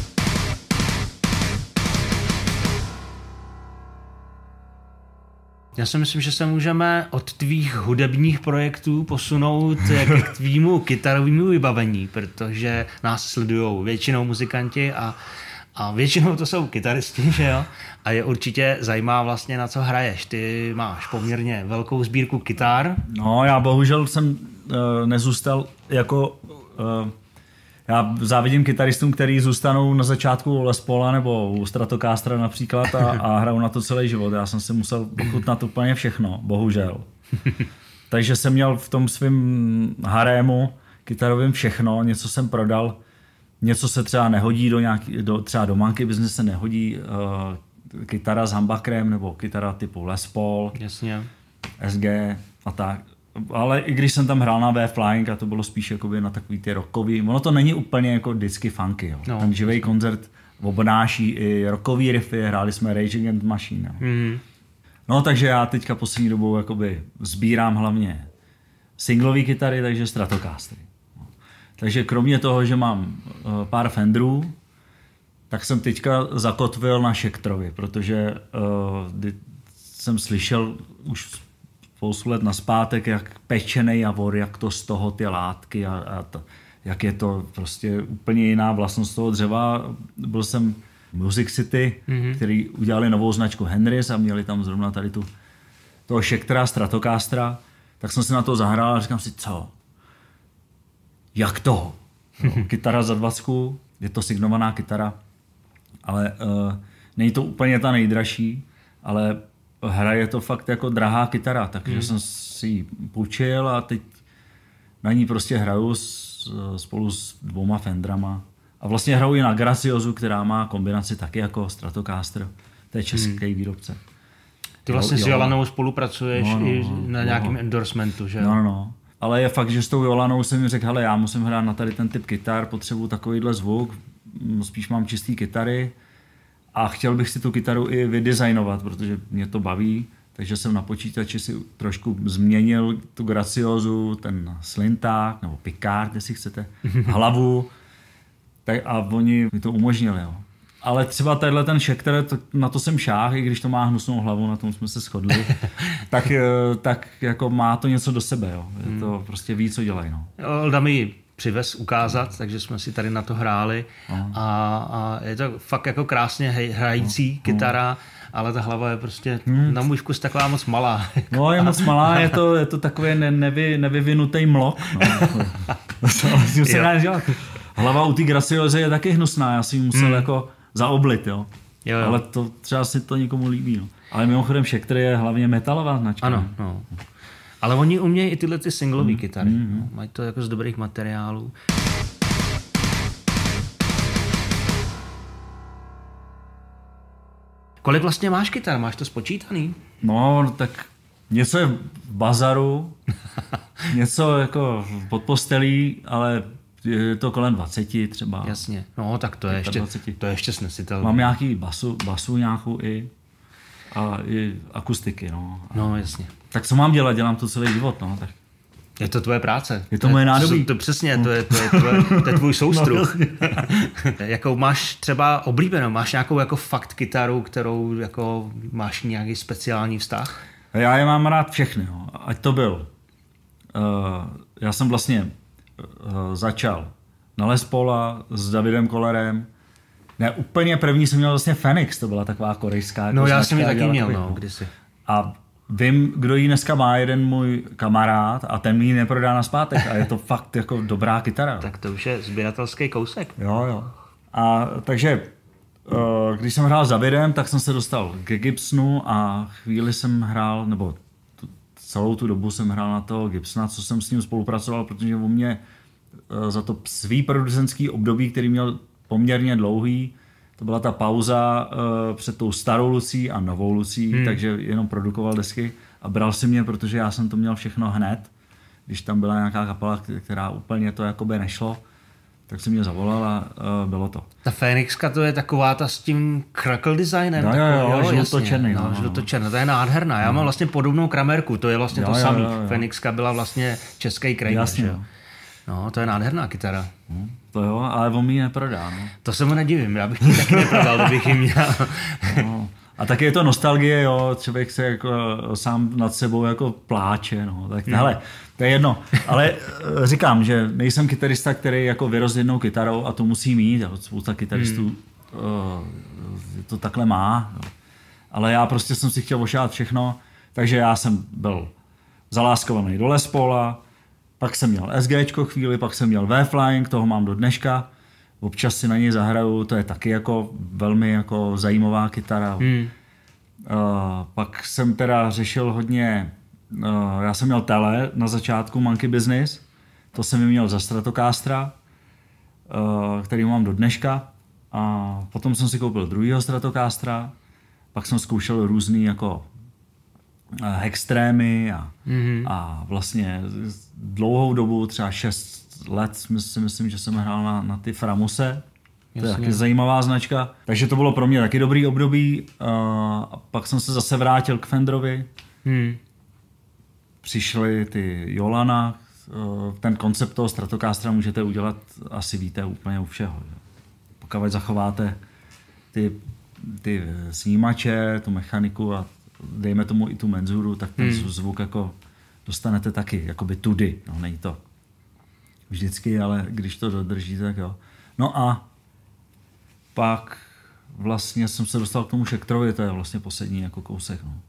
Já si myslím, že se můžeme od tvých hudebních projektů posunout k tvýmu kytarovému vybavení, protože nás sledují většinou muzikanti a, a většinou to jsou kytaristi, že jo? A je určitě zajímá vlastně, na co hraješ. Ty máš poměrně velkou sbírku kytar. No, já bohužel jsem uh, nezůstal jako... Uh, já závidím kytaristům, kteří zůstanou na začátku Les Paula nebo u Stratocastera například a, a hrajou na to celý život. Já jsem si musel ochutnat úplně všechno, bohužel. Takže jsem měl v tom svém harému kytarovým všechno, něco jsem prodal, něco se třeba nehodí do nějaký, do, třeba do monkey business se nehodí uh, kytara s humbuckerem nebo kytara typu Les Paul, Jasně. S G a tak. Ale i když jsem tam hrál na V-Flying a to bylo spíš jakoby na takový ty rockový, ono to není úplně jako vždycky funky. Jo. No, Ten živý koncert obnáší i rockový riffy, hráli jsme Rage Against the Machine. Jo. Mm. No takže já teďka poslední dobou jakoby sbírám hlavně singlový kytary, takže Stratocastery. No. Takže kromě toho, že mám uh, pár Fenderů, tak jsem teďka zakotvil na Schecterovi, protože uh, jsem slyšel už spoustu let nazpátek, jak pečený javor, jak to z toho ty látky a, a to, jak je to prostě úplně jiná vlastnost toho dřeva. Byl jsem v Music City, mm-hmm. který udělali novou značku Henrys a měli tam zrovna tady tu toho Schectera, Stratocastera, tak jsem si na to zahrál a říkám si, co? jak to? No, kytara za dvacku, je to signovaná kytara, ale uh, není to úplně ta nejdražší, ale hraje to fakt jako drahá kytara, takže hmm. jsem si ji půjčil a teď na ní prostě hraju s, spolu s dvouma Fendrama. A vlastně hraju i na Graciosu, která má kombinaci taky jako Stratocaster. To je český hmm. výrobce. Ty vlastně jo, s Jolanou spolupracuješ no, no, i na nějakém no. endorsementu, že? No, no, no. Ale je fakt, že s tou Jolanou jsem mi řekl, hele, já musím hrát na tady ten typ kytar, potřebuji takovýhle zvuk, spíš mám čistý kytary a chtěl bych si tu kytaru i vydesignovat, protože mě to baví, takže jsem na počítači si trošku změnil tu Graciosu, ten slinták, nebo Picard, jestli chcete, hlavu, tak a oni mi to umožnili, jo. Ale třeba tenhle ten Schecter, to, na to jsem šáhl, i když to má hnusnou hlavu, na tom jsme se shodli, tak, tak jako má to něco do sebe, jo. Je to prostě ví, co dělají, no. Olda mi ji přivez ukázat, takže jsme si tady na to hráli no. a, a je to fakt jako krásně hrající no. kytara, ale ta hlava je prostě hmm. na můj vkus taková moc malá. No je moc malá, je to, je to takový ne, nevy, nevyvinutý mlok, no. S tím se dá dělat. Hlava u té Graciosy je taky hnusná, já si ji musel hmm. jako zaoblit, jo. Jo, jo. Ale to třeba si to někomu líbí, no. Ale mimochodem Schecter je hlavně metalová značka. Ano, no. Ale oni umějí i tyhle ty singlový hmm. kytary. Hmm. No. Mají to jako z dobrých materiálů. Kolik vlastně máš kytar? Máš to spočítaný? No, tak něco je v bazaru, něco jako pod postelí, ale je to kolem dvacet třeba. Jasně, no tak to je ještě, to je ještě snesitelné. Mám nějaký basu, basu nějakou i a i akustiky, no. No jasně. Tak co mám dělat? Dělám to celý život, no. Tak. Je to tvoje práce. Je to, to moje nádobí. To, to přesně, to je, to je, tvoje, to je tvůj soustruh. No, jakou máš třeba oblíbenou? Máš nějakou jako fakt kytaru, kterou jako máš nějaký speciální vztah? Já je mám rád všechny, no. Ať to byl. Uh, já jsem vlastně uh, začal na Les Paula s Davidem Kollerem. Ne, úplně první jsem měl vlastně Phoenix, to byla taková korejská. No já jsem ji taky měl, no, kdysi. A vím, kdo ji dneska má, jeden můj kamarád a ten mi ji neprodá nazpátek a je to fakt jako dobrá kytara. Tak to už je sběratelský kousek. Jo, jo. A takže, když jsem hrál s Davidem, tak jsem se dostal ke Gibsonu a chvíli jsem hrál, nebo tu, celou tu dobu jsem hrál na toho Gibsona, co jsem s ním spolupracoval, protože on mě za to svý producentský období, který měl poměrně dlouhý, to byla ta pauza uh, před tou starou Lucí a novou Lucí, hmm. takže jenom produkoval desky a bral si mě, protože já jsem to měl všechno hned. Když tam byla nějaká kapela, která úplně to jakoby nešlo, tak si mě zavolal a uh, bylo to. Ta Phoenixka to je taková ta s tím crackle designem. Jo, jo, jo, žlutočerný. No, no, žlutočerný, to je nádherná. Já no. mám vlastně podobnou kramerku, to je vlastně jo, to samé. Phoenixka byla vlastně český Kramer. Jasně, jo. No, to je nádherná kytara. Hmm, to jo, ale on mi ji neprodá. No. To se mu nedivím, já bych ji taky neprodal, kdybych ji měl. No. A taky je to nostalgie, jo, člověk se jako sám nad sebou jako pláče, no. Tak, hmm. hele, to je jedno. Ale říkám, že nejsem kytarista, který jako vyrost jednou kytarou a to musí mít, jo. Spousta kytaristů hmm. uh, to takhle má. Jo. Ale já prostě jsem si chtěl ošát všechno, takže já jsem byl zaláskovaný do Les Paula, pak jsem měl SGčko chvíli, pak jsem měl V-Flying, toho mám do dneška. Občas si na něj zahraju, to je taky jako velmi jako zajímavá kytara. Hmm. Uh, pak jsem teda řešil hodně, uh, já jsem měl tele na začátku Monkey Business, to jsem měl za Stratocastera, uh, který mám do dneška. A potom jsem si koupil druhýho Stratocastera, pak jsem zkoušel různý jako extrémy a, mm-hmm. a vlastně dlouhou dobu, třeba šest let si myslím, že jsem hrál na, na ty Framuse. To je taky zajímavá značka. Takže to bylo pro mě taky dobrý období. Uh, a pak jsem se zase vrátil k Fenderovi. Hmm. Přišly ty Jolana. Uh, ten koncept toho Stratocastera můžete udělat, asi víte, úplně u všeho. Pokud zachováte ty, ty snímače, tu mechaniku a dejme tomu i tu menzuru, tak ten hmm. zvuk jako dostanete taky, jakoby tudy. No, není to vždycky, ale když to dodržíte, tak jo. No a pak vlastně jsem se dostal k tomu Schecterovi, to je vlastně poslední jako kousek. No.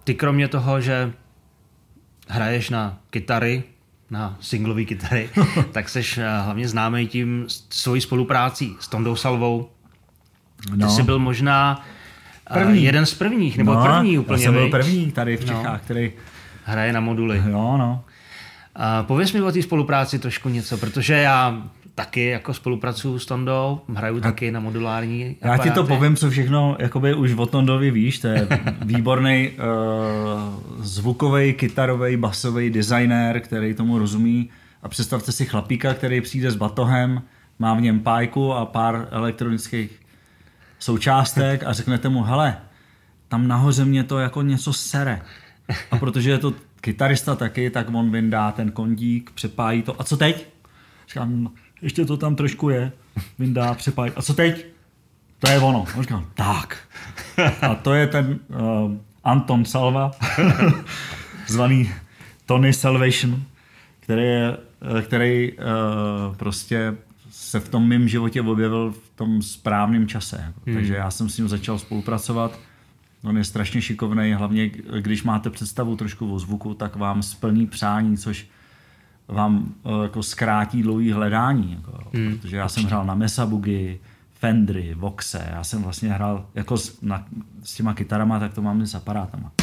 ty kromě toho, že hraješ na kytary, na singlové kytary, tak seš hlavně známý tím svojí spoluprácí s Tondou Salvou. Ty no. jsi byl možná první. jeden z prvních, nebo no, první úplně. Já jsem byl první tady v Čechách, no. který hraje na moduly. Jo, no. A pověz mi o té spolupráci trošku něco, protože já taky jako spolupracuju s Tondou, hraju a taky na modulární aparáty. Já ti to povím, co všechno jakoby už o Tondovi víš, to je výborný uh, zvukový, kytarový, basový designér, který tomu rozumí. A představte si chlapíka, který přijde s batohem, má v něm pájku a pár elektronických součástek a řeknete mu, hele, tam nahoře mě to jako něco sere. A protože je to kytarista taky, tak on vyndá ten kondík, přepájí to. A co teď? Říkám, ještě to tam trošku je. Vyndá, přepájí. A co teď? To je ono. A říkám, tak. A to je ten uh, Anton Salva, zvaný Tony Salvation, který, je, který uh, prostě se v tom mém životě objevil v tom správném čase. Jako. Hmm. Takže já jsem s ním začal spolupracovat. On je strašně šikovný, hlavně když máte představu trošku o zvuku, tak vám splní přání, což vám jako zkrátí dlouhý hledání. Jako, hmm. Protože já jsem hrál na Mesa Boogie, Fendry, Voxe, já jsem vlastně hrál jako s, na, s těma kytarama, tak to mám s aparátama.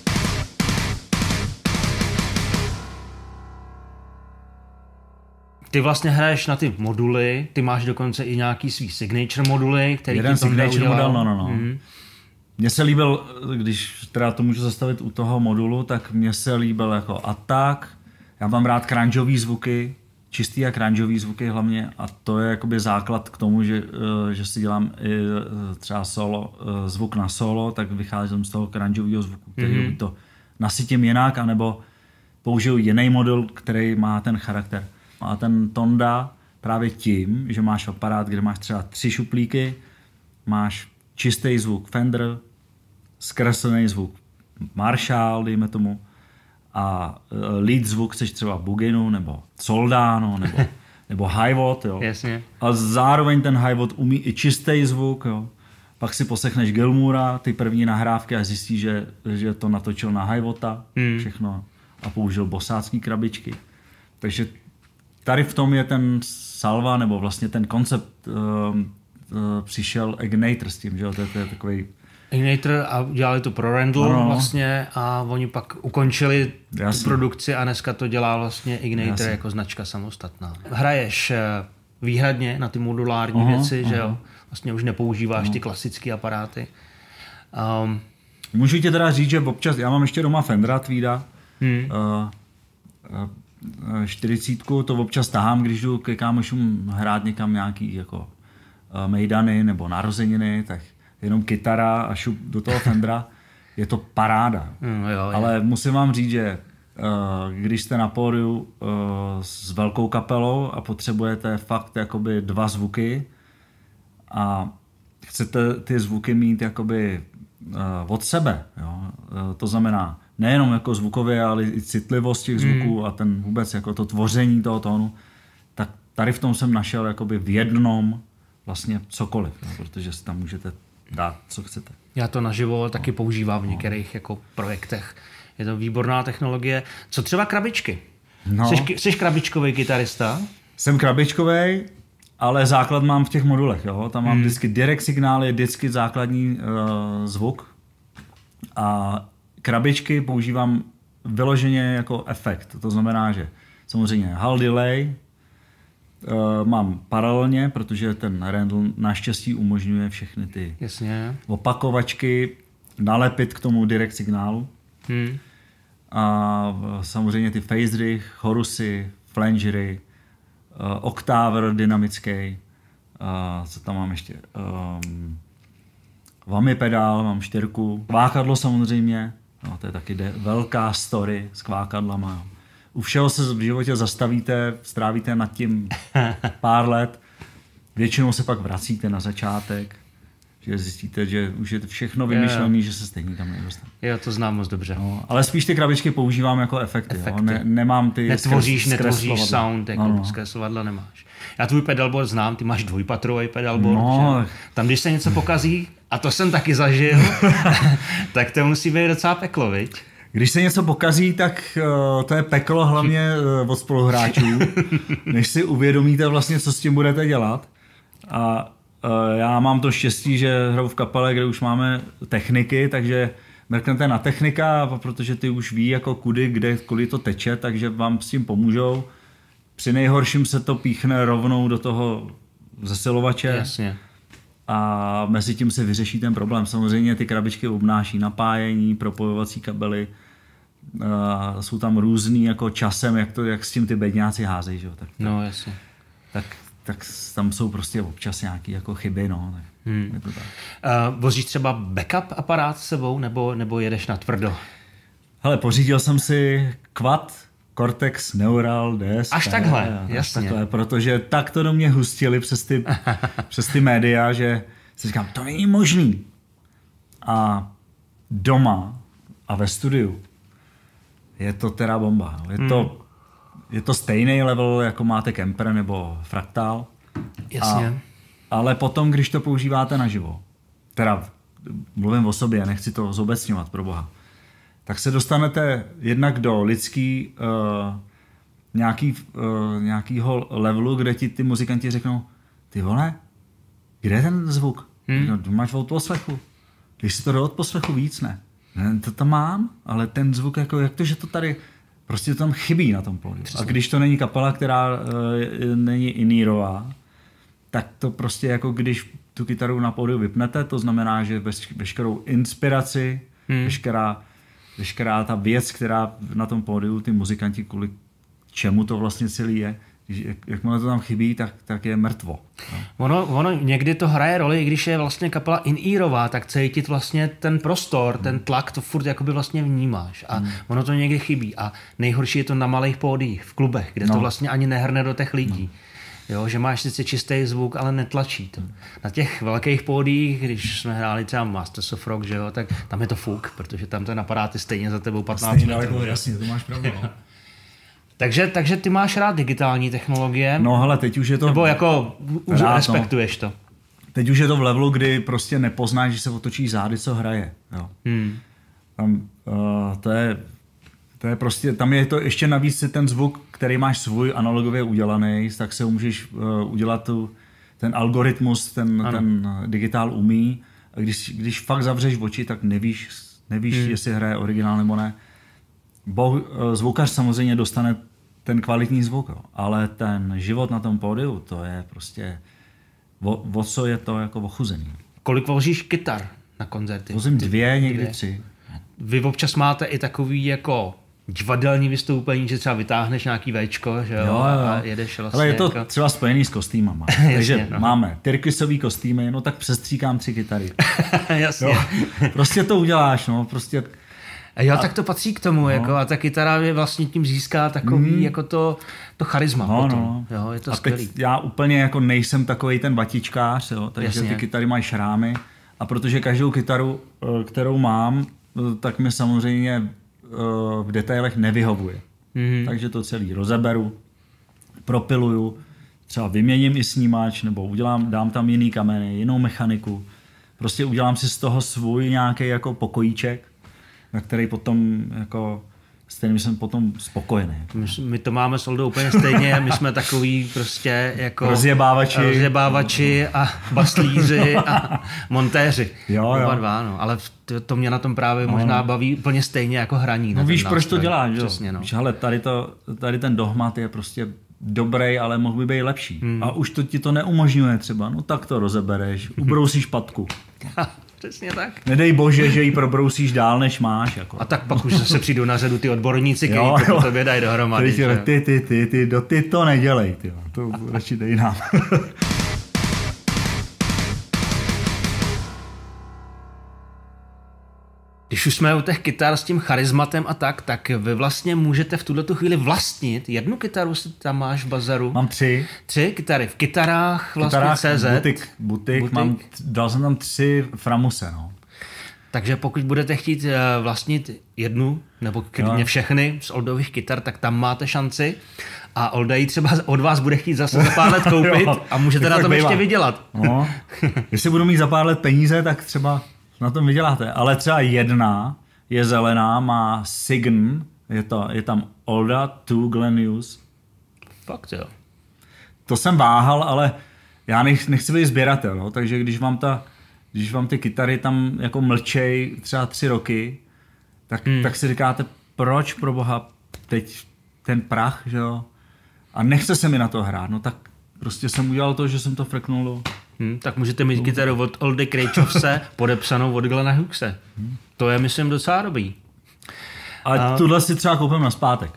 Ty vlastně hraješ na ty moduly, ty máš dokonce i nějaký svý signature moduly, který Jeden ti Tonda signature udělal. model, no, no, no. Hmm. Mně se líbil, když teda to můžu zastavit u toho modulu, tak mně se líbil jako Attack. Já mám rád crungeový zvuky, čistý a crungeový zvuky hlavně a to je jakoby základ k tomu, že, že si dělám i třeba solo, zvuk na solo, tak vycházím z toho crungeového zvuku, který mm-hmm. to nasytím jinak, anebo použiju jiný modul, který má ten charakter. A ten Tonda právě tím, že máš aparát, kde máš třeba tři šuplíky, máš čistý zvuk Fender, zkreslený zvuk Marshall, dejme tomu, a lead zvuk chceš třeba Buginu, nebo Soldano, nebo, nebo Hiwatt, jo. Jasně. A zároveň ten Hiwatt umí i čistý zvuk, jo. Pak si poslechneš Gilmoura, ty první nahrávky a zjistíš, že, že to natočil na Hiwatta, hmm. všechno, a použil bosácký krabičky. Takže tady v tom je ten Salva, nebo vlastně ten koncept uh, uh, přišel Ignator s tím, že jo, to, to je takový Ignator a dělali to pro Randall no. vlastně a oni pak ukončili Jasně. tu produkci a dneska to dělá vlastně Ignator Jasně. jako značka samostatná. Hraješ výhradně na ty modulární uh-huh, věci, uh-huh. že jo? Vlastně už nepoužíváš uh-huh. ty klasické aparáty. Um, Můžu ti teda říct, že občas, já mám ještě doma Fendera Tweeda, hmm. uh, uh, čtyřicítku, to občas tahám, když jdu ke kámošům hrát někam nějaký jako uh, mejdany nebo narozeniny, tak jenom kytara a šup do toho Fendera, je to paráda. Mm, jo, Ale je. musím vám říct, že uh, když jste na pódiu uh, s velkou kapelou a potřebujete fakt jakoby dva zvuky a chcete ty zvuky mít jakoby uh, od sebe, jo? Uh, to znamená nejenom jako zvukově, ale i citlivost těch zvuků mm. a ten vůbec jako to tvoření toho tónu, tak tady v tom jsem našel jakoby v jednom vlastně cokoliv, jo? Protože si tam můžete dát, co chcete. Já to naživo taky používám v některých jako projektech. Je to výborná technologie. Co třeba krabičky? No. Jsi, jsi krabičkový kytarista? Jsem krabičkovej, ale základ mám v těch modulech. Jo? Tam mám hmm. vždycky direct signály, vždycky základní uh, zvuk. A krabičky používám vyloženě jako efekt. To znamená, že samozřejmě hall delay, Uh, mám paralelně, protože ten Randall naštěstí umožňuje všechny ty Jasně. opakovačky nalepit k tomu direct signálu. Hmm. A uh, samozřejmě ty phase rig, chorusy, flangery, uh, oktáver dynamický, uh, co tam mám ještě? Um, Vami pedál, mám čtyřku, kvákadlo samozřejmě, no, to je taky de- velká story s kvákadlama. U všeho se v životě zastavíte, strávíte nad tím pár let. Většinou se pak vracíte na začátek. že zjistíte, že už je všechno vymyšlené, že se stejně tam nedostane. Já to znám moc dobře. No, ale spíš ty krabičky používám jako efekty. efekty. Ne, nemám ty Netvoříš, netvoříš sound, jako no. Zkreslovadla nemáš. Já tvůj pedalboard znám, ty máš dvojpatrový pedalboard. No. Tam, když se něco pokazí, a to jsem taky zažil, tak to musí být docela peklo, viď? Když se něco pokazí, tak uh, to je peklo hlavně uh, od spoluhráčů, než si uvědomíte vlastně, co s tím budete dělat. A uh, já mám to štěstí, že hraju v kapele, kde už máme techniky, takže mrknete na technika, protože ty už ví, jako kudy, kde, kudy to teče, takže vám s tím pomůžou. Při nejhorším se to píchne rovnou do toho zesilovače. Jasně. A mezi tím se vyřeší ten problém. Samozřejmě ty krabičky obnáší napájení, propojovací kabely, uh, jsou tam různý jako časem, jak, to, jak s tím ty bedňáci házejí. Že? Tak, tak, no jasně. Tak, tak tam jsou prostě občas nějaké jako chyby. No. Tak, hmm. je to tak. Uh, vozíš třeba backup aparát s sebou, nebo, nebo jedeš na tvrdo? Hele, pořídil jsem si Quad Cortex Neural D S P. Až takhle, až jasně. Takhle, protože tak to do mě hustili přes ty, přes ty média, že si říkám, to není možný. A doma a ve studiu je to teda bomba. Je, hmm. to, je to stejný level, jako máte Kemper nebo Fractal. Jasně. A, ale potom, když to používáte naživo, teda mluvím o sobě, nechci to zobecňovat, pro boha, tak se dostanete jednak do lidský uh, nějaký, uh, nějakýho levelu, kde ti ty muzikanti řeknou, ty vole, kde je ten zvuk? Hmm. No, máš v odposlechu. Když si to jde od poslechu víc, ne. ne. To tam mám, ale ten zvuk, jako, jak to, že to tady, prostě to tam chybí na tom pódiu. A když to není kapela, která uh, není inírová, tak to prostě jako když tu kytaru na pódiu vypnete, to znamená, že veš, veškerou inspiraci, hmm. veškerá veškerá ta věc, která na tom pódiu, ty muzikanti, kvůli čemu to vlastně celý je, jak, jakmile to tam chybí, tak, tak je mrtvo. No. Ono, ono někdy to hraje roli, i když je vlastně kapela in-earová, tak cítit vlastně ten prostor, hmm. ten tlak, to furt jakoby vlastně vnímáš. A hmm. ono to někdy chybí. A nejhorší je to na malých pódiích, v klubech, kde no. to vlastně ani nehrne do těch lidí. No. Jo, že máš sice čistý zvuk, ale netlačí to. Na těch velkých pódiích, když jsme hráli třeba Masters of Rock, že jo, tak tam je to fuk, protože tam ten aparát je stejně za tebou patnáct metrů. Jasně, to máš pravdu. takže, takže ty máš rád digitální technologie. No hele, teď už je to... Nebo jako už rád, respektuješ no. to. Teď už je to v levelu, kdy prostě nepoznáš, že se otočí zády, co hraje. Jo. Hmm. Tam, uh, to je... To je prostě, tam je to ještě navíc ten zvuk, který máš svůj analogově udělaný, tak se můžeš uh, udělat tu, ten algoritmus, ten, ten digitál umí. A když, když fakt zavřeš oči, tak nevíš, nevíš hmm. jestli hraje originál nebo ne. Bo, uh, zvukař samozřejmě dostane ten kvalitní zvuk, jo. Ale ten život na tom pódiu, to je prostě, o, o co je to jako ochuzený. Kolik vozíš kytar na koncerty? Vozím dvě, někdy dvě. tři. Vy občas máte i takový jako divadelní vystoupení, že třeba vytáhneš nějaký véčko, že jo, jo, jo. a jedeš vlastně. Ale je to jako... třeba spojený s kostýmama. Takže no. máme tyrkysový kostýmy, no tak přestříkám tři kytary. Jasně. Jo. Prostě to uděláš, no, prostě. A jo, a... tak to patří k tomu, no. jako, a ta kytara je vlastně tím získá takový, mm. jako to, to charisma no, potom. No. Jo, je to a skvělý. teď já úplně jako nejsem takovej ten batičkář, jo, takže Jasně. ty kytary mají šrámy a protože každou kytaru, kterou mám, tak mi samozřejmě v detailech nevyhovuje. Mm-hmm. Takže to celý rozeberu, propiluju, třeba vyměním i snímač, nebo udělám, dám tam jiný kameny, jinou mechaniku. Prostě udělám si z toho svůj nějaký jako pokojíček, na který potom jako s kterým jsem potom spokojený. My, my to máme s Oldou úplně stejně, my jsme takový prostě jako rozjebávači, rozjebávači a baslíři a montéři. Jo, jo. Oba dva, no. Ale to, to mě na tom právě no, možná baví úplně stejně jako hraní. No víš, proč to děláš, jo? Přesně, no. Víš, hele, tady, to, tady ten dohmat je prostě dobrý, ale mohl by být lepší. Hmm. A už to ti to neumožňuje třeba, no tak to rozebereš, ubrousíš patku. Přesně tak. Nedej bože, že ji probrousíš dál, než máš. Jako. A tak pak už zase přijdou na řadu ty odborníci, kteří to po tobě dají dohromady. Ty, ty, ty, ty, ty, do ty to nedělej. Ty, to radši dej nám. Když Když už jsme u těch kytar s tím charizmatem a tak, tak vy vlastně můžete v tuhletu chvíli vlastnit jednu kytaru, si tam máš v bazaru. Mám tři. Tři kytary. V kytarách vlastně kytarách, C Z. Butik, butik, butik. Mám, dal jsem tam tři Framuse, no. Takže pokud budete chtít vlastnit jednu, nebo klidně všechny z Oldových kytar, tak tam máte šanci. A Olda ji třeba od vás bude chtít zase za pár let koupit a můžete na tom ještě vydělat. No. Jestli budu mít za pár let peníze, tak třeba na tom vyděláte. Ale třeba jedna je zelená, má Sign, je, to, je tam Olda two Glen Hughes. Fakt jo. To jsem váhal, ale já nech, nechci být sběratel, no? Takže když vám, ta, když vám ty kytary tam jako mlčej třeba tři roky, tak, hmm. tak si říkáte, proč pro boha teď ten prach, že jo? A nechce se mi na to hrát, no tak prostě jsem udělal to, že jsem to frknul do... Hmm, tak můžete mít kytaru od Oldy Krejčovce podepsanou od Glena Hughese. Hmm. To je, myslím, docela dobrý. Ale a... tuhle si třeba koupím na zpátek.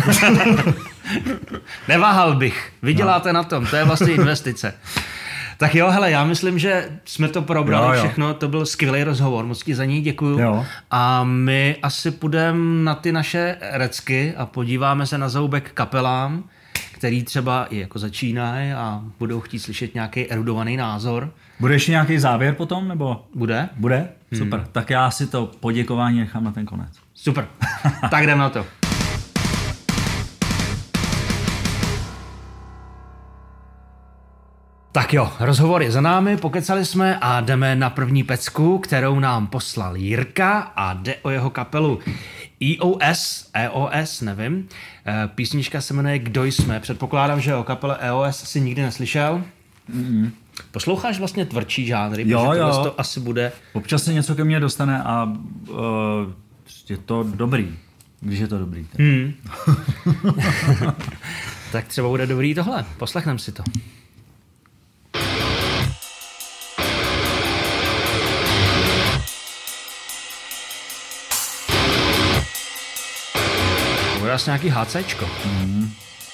Neváhal bych. Vyděláte no. na tom, to je vlastně investice. Tak jo, hele, já myslím, že jsme to probrali jo, jo. všechno, to byl skvělý rozhovor, moc ti za něj děkuju. Jo. A my asi půjdeme na ty naše recky a podíváme se na zoubek kapelám, který třeba i jako začínají a budou chtít slyšet nějaký erudovaný názor. Bude ještě nějaký závěr potom, nebo? Bude. Bude? Super. Hmm. Tak já si to poděkování nechám na ten konec. Super. Tak jdem na to. Tak jo, rozhovor je za námi, pokecali jsme a jdeme na první pecku, kterou nám poslal Jirka a jde o jeho kapelu E O S, E O S, nevím. Písnička se jmenuje Kdo jsme. Předpokládám, že o kapele E O S si nikdy neslyšel. Mm-mm. Posloucháš vlastně tvrdší žánry, jo, protože jo. to asi bude... Občas se něco ke mně dostane a uh, je to dobrý, když je to dobrý. Tak. Hmm. Tak třeba bude dobrý tohle, poslechneme si to. To bude asi nějaký HCčko. Mm.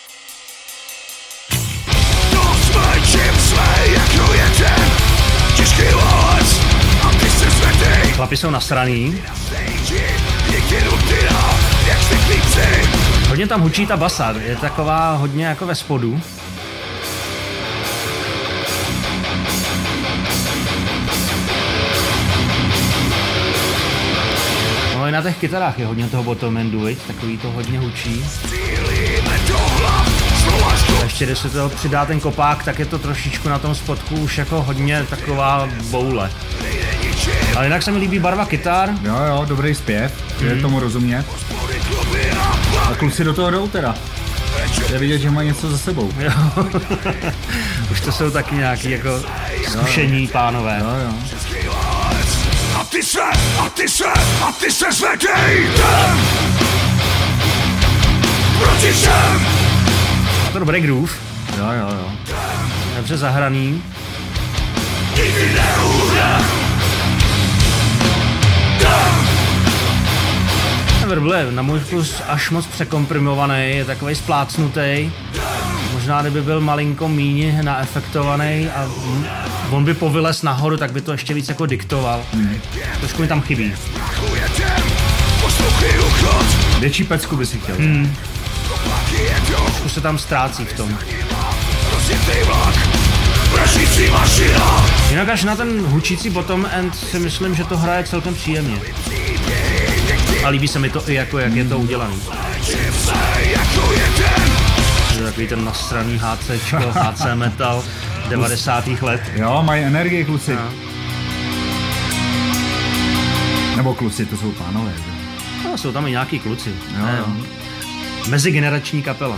Chlapi jsou nasraný. Hodně tam hučí ta basa, je taková hodně jako ve spodu. No i na těch kytarách je hodně toho bottom endu, viď? Takový to hodně hučí. A ještě když se to přidá ten kopák, tak je to trošičku na tom spodku už jako hodně taková boule. Ale jinak se mi líbí barva kytar. Jo, jo, dobrý zpěv, mm. je tomu rozumět. A kluci do toho jdou teda. Je vidět, že mají něco za sebou. Jo. Už to jsou taky nějaký jako zkušení pánové. Jo, jo. A ty se, a ty se, a ty se zvedej jdem proti všem. A to dobrý groove. Jo, jo, jo. Dobře zahraný. Nikdy neujde. Ten vrble je na můj vkus až moc překomprimovaný, je takovej splácnutý. Možná kdyby byl malinko míň naefektovaný a on by povylez nahoru, tak by to ještě víc jako diktoval. Hmm. Trošku mi tam chybí. Větší pecku by si chtěl. Hmm. Trošku se tam ztrácí v tom. Jinak až na ten hučící bottom end si myslím, že to hraje celkem příjemně. A líbí se mi to i jako, jak je to udělaný. Je takový ten nasraný HCčko, H C metal devadesátých let. Jo, mají energii kluci. No. Nebo kluci, to jsou pánové. Že? No, jsou tam i nějaký kluci. Jo, ne, jo. Mezigenerační kapela.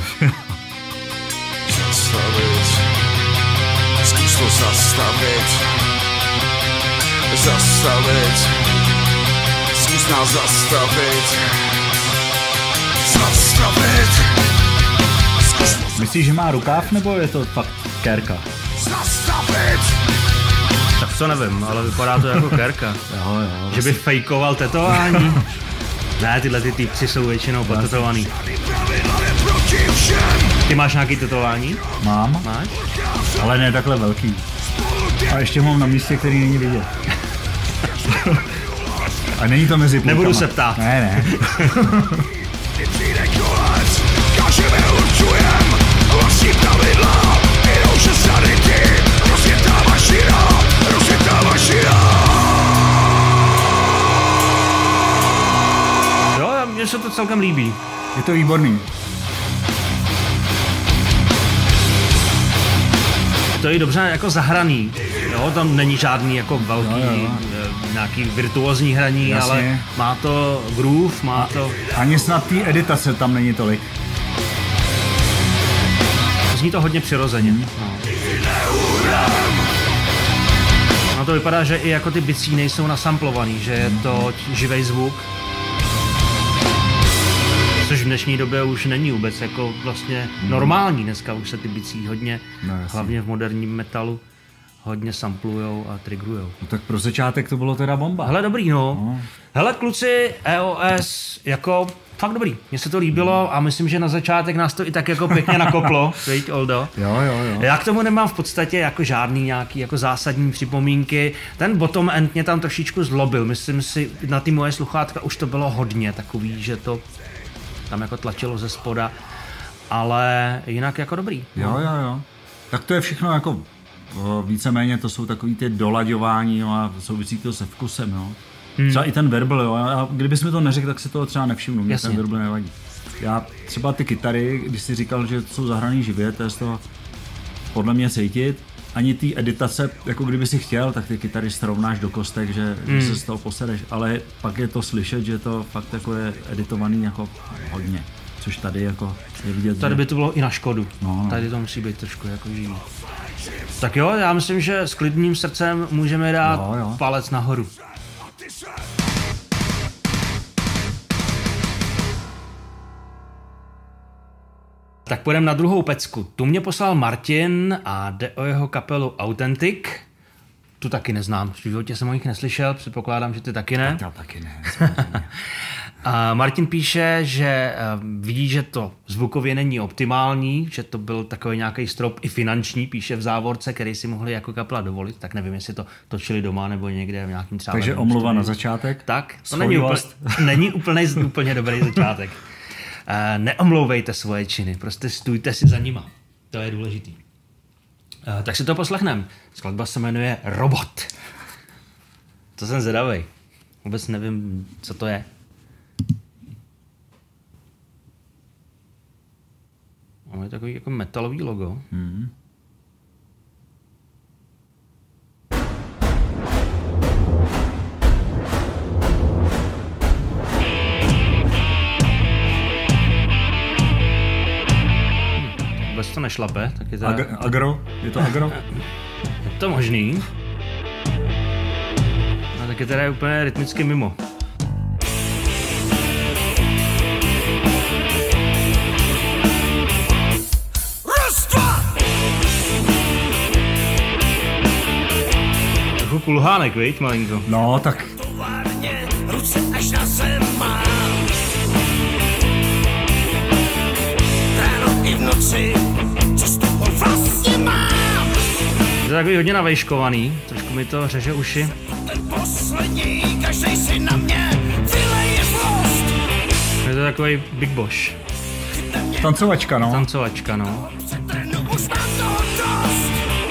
Zastavit, zkus to zastavit, zastavit, zkus nás zastavit, zastavit, zkus to Myslíš, že má rukáv, nebo je to fakt kérka? zastavit. Tak to nevím, ale vypadá to jako kérka. Jo, jo. Že by fejkoval tetování? Ne, tyhle ty týpci jsou většinou potetovaný. Ty máš nějaký tetování? Mám. Máš? Ale ne takhle velký. A ještě mám na místě, který není vidět. A A není to mezi půlkama. Nebudu se ptát. Ne, ne. Jo, mně se to celkem líbí. Je to výborný. To je dobře jako zahraný. Jo, tam není žádný jako velký, jo, jo. nějaký virtuózní hraní, jasně. Ale má to groove, má A, to... Ani snad té editace tam není tolik. Zní to hodně přirozeně. Hmm. No. No to vypadá, že i jako ty bicí nejsou nasamplovaný, že je to živej zvuk. Což v dnešní době už není vůbec jako vlastně normální. Dneska už se ty bicí hodně, no, hlavně v moderním metalu, hodně samplujou a trigrujou. No tak pro začátek to bylo teda bomba. Hele, dobrý, no. no. Hele, kluci, E O S, jako fakt dobrý. Mně se to líbilo a myslím, že na začátek nás to i tak jako pěkně nakoplo, viď, Oldo? Jo, jo, jo. Já k tomu nemám v podstatě jako žádný nějaký jako zásadní připomínky. Ten bottom end mě tam trošičku zlobil. Myslím si, na ty moje sluchátka už to bylo hodně takový, že to tam jako tlačilo ze spoda, ale jinak jako dobrý. Jo, jo, jo. Tak to je všechno jako víceméně, to jsou takový ty dolaďování, jo, a souvisí to se vkusem, jo. Hmm. Třeba i ten verbal, jo, a kdybys mi to neřekl, tak si toho třeba nevšimnu, mě ten verbal nevadí. Já třeba ty kytary, když jsi říkal, že jsou zahraný živě, to je z toho podle mě cítit, ani ty editace, jako kdyby si chtěl, tak ty kytary srovnáš do kostek, že, hmm. že se z toho posedeš, ale pak je to slyšet, že to fakt jako je editovaný jako hodně, což tady jako je vidět. Tady by to bylo i na škodu, no, no. Tady to musí být trošku jako živý. Tak jo, já myslím, že s klidným srdcem můžeme dát jo, jo. palec nahoru. Tak půjdeme na druhou pecku. Tu mě poslal Martin a jde o jeho kapelu Authentic. Tu taky neznám, v životě jsem o nich neslyšel, předpokládám, že ty taky ne. Já taky ne. A Martin píše, že vidí, že to zvukově není optimální, že to byl takový nějaký strop i finanční, píše v závorce, který si mohli jako kapela dovolit, tak nevím, jestli to točili doma nebo někde v nějakým třeba... Takže omluva na začátek? Tak, to není, úplně, není úplně, úplně dobrý začátek. Uh, neomlouvejte svoje činy, prostě stůjte si za nima. To je důležitý. Uh, tak si to poslechneme. Skladba se jmenuje Robot. To jsem zvědavej. Vůbec nevím, co to je. Máme takový jako metalový logo. Hmm. Vůbec to nešlape, tak je to... Ag- agro? Je to agro? Je to možný. A tak je teda úplně rytmicky mimo. Trochu kulhánek, viď, malinko? No, tak... Ruce až na zem mám. Ráno i v noci, co z toho vlastně mám. Je to takový hodně navejškovaný, trošku mi to řeže uši. Ten poslední, každej si na mě vyleje zlost. Je to takový Big Boss. Tancovačka, no. Tancovačka, no. Už mám toho dost.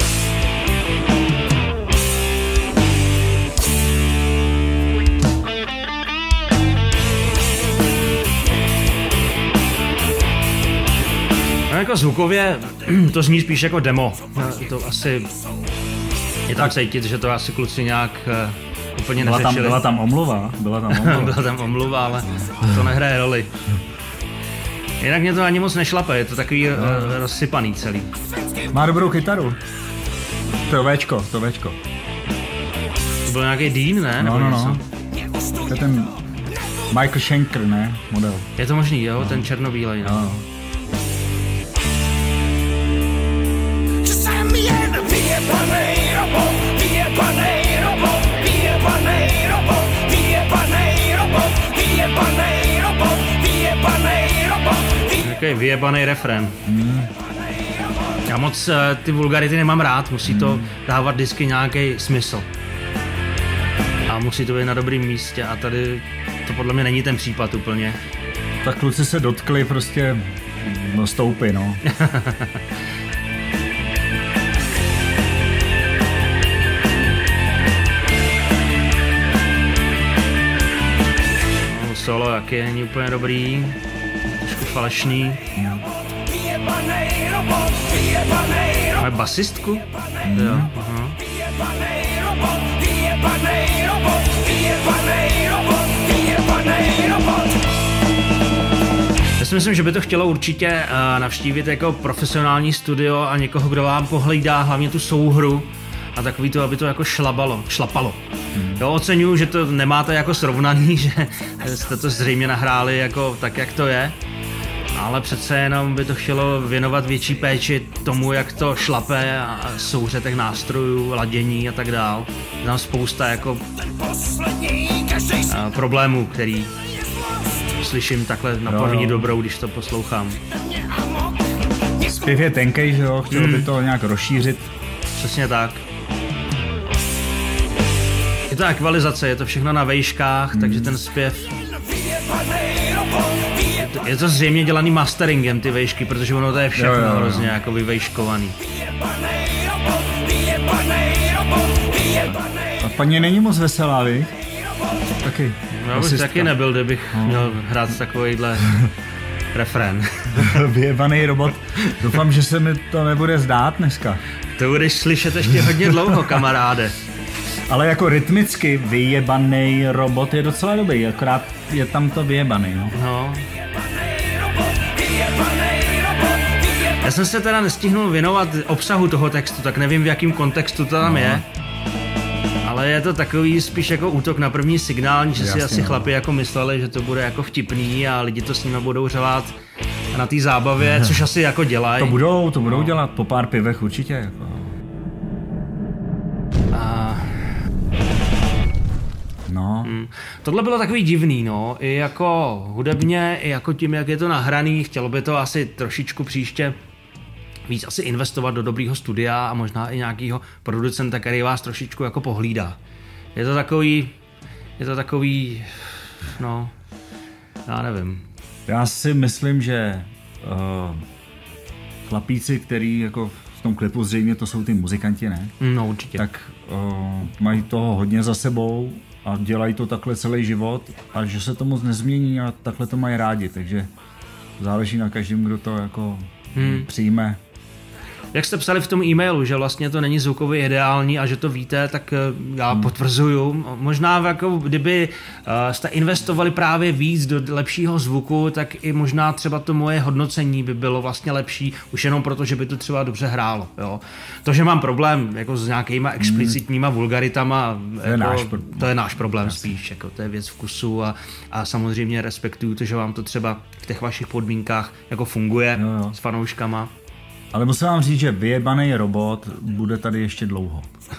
No jako zvukově to zní spíš jako demo. To asi je tam cítit, že to asi kluci nějak uh, úplně byla neřešili. Tam, byla tam omluva, byla tam omluva. Byla tam omluva, ale to nehraje roli. Jinak mě to ani moc nešlape, je to takový uh, rozsypaný celý. Má dobrou kytaru. To Včko, to Včko. To byl nějaký Dean, ne? No, no, no. To je ten Michael Schenker, ne? Model. Je to možný, jo? No. Ten černobílej, no. no. Vyjebanej robot, vyjebanej robot, vyjebanej robot, vyjebanej robot, vyjebanej robot, vyjebanej robot. Takový vyjebanej refrén. Hmm. Já moc uh, ty vulgarity nemám rád, musí to hmm. dávat vždycky nějaký smysl. A musí to být na dobrém místě a tady to podle mě není ten případ úplně. Tak kluci se dotkli prostě no, stoupy, no. No, solo jaký není úplně dobrý, trošku falešný. Máme basistku? Mm. Jo, aha. Já si myslím, že by to chtělo určitě uh, navštívit jako profesionální studio a někoho, kdo vám pohlídá hlavně tu souhru a takový to, aby to jako šlabalo, šlapalo. Hmm. Jo, oceňuju, že to nemáte jako srovnaný, že jste to zřejmě nahráli jako tak, jak to je, ale přece jenom by to chtělo věnovat větší péči tomu, jak to šlape a souhře těch nástrojů, ladění a tak dál. Tam spousta jako uh, problémů, který slyším takhle na povinni dobrou, když to poslouchám. Zpěv je tenkej, že jo? Chtělo hmm. by to nějak rozšířit. Přesně tak. Je to ekvalizace, je to všechno na vejškách, hmm. takže ten zpěv... Je to, je to zřejmě dělaný masteringem, ty vejšky, protože ono to je všechno jo, jo, jo. hrozně jako vyvejškovaný. A paní není moc veselá, víš? Taky. Já bych taky nebyl, kdybych no. měl hrát takovýhle refrén. Vyjebaný robot. Doufám, že se mi to nebude zdát dneska. To budeš slyšet ještě hodně dlouho, kamaráde. Ale jako rytmicky vyjebaný robot je docela dobrý, akorát je tam to vyjebaný, no. no. Já jsem se teda nestihnul věnovat obsahu toho textu, tak nevím, v jakém kontextu to tam no. je. Ale je to takový spíš jako útok na první signální, že si Jasně, asi no. chlapi jako mysleli, že to bude jako vtipný a lidi to s nimi budou řvát na té zábavě, což asi jako dělají. To budou, to budou no. dělat po pár pivech určitě. Jako. A... No. Hmm. Tohle bylo takový divný, no, i jako hudebně, i jako tím, jak je to nahraný, chtělo by to asi trošičku příště víc asi investovat do dobrýho studia a možná i nějakýho producenta, který vás trošičku jako pohlídá. Je to takový, je to takový, no, já nevím. Já si myslím, že uh, chlapíci, který jako v tom klipu zřejmě to jsou ty muzikanti, ne? No určitě. Tak uh, mají toho hodně za sebou a dělají to takhle celý život a že se to moc nezmění a takhle to mají rádi, takže záleží na každém, kdo to jako hmm. přijme. Jak jste psali v tom e-mailu, že vlastně to není zvukově ideální a že to víte, tak já hmm. potvrzuju. Možná jako kdyby jste investovali právě víc do lepšího zvuku, tak i možná třeba to moje hodnocení by bylo vlastně lepší, už jenom proto, že by to třeba dobře hrálo. Jo. To, že mám problém jako s nějakýma explicitníma hmm. vulgaritama, to, je jako, náš pro... to je náš problém Jasně. spíš. Jako, to je věc vkusu a, a samozřejmě respektuju to, že vám to třeba v těch vašich podmínkách jako funguje jo, jo. s fanouškama. Ale musím vám říct, že vyjebaný robot bude tady ještě dlouho.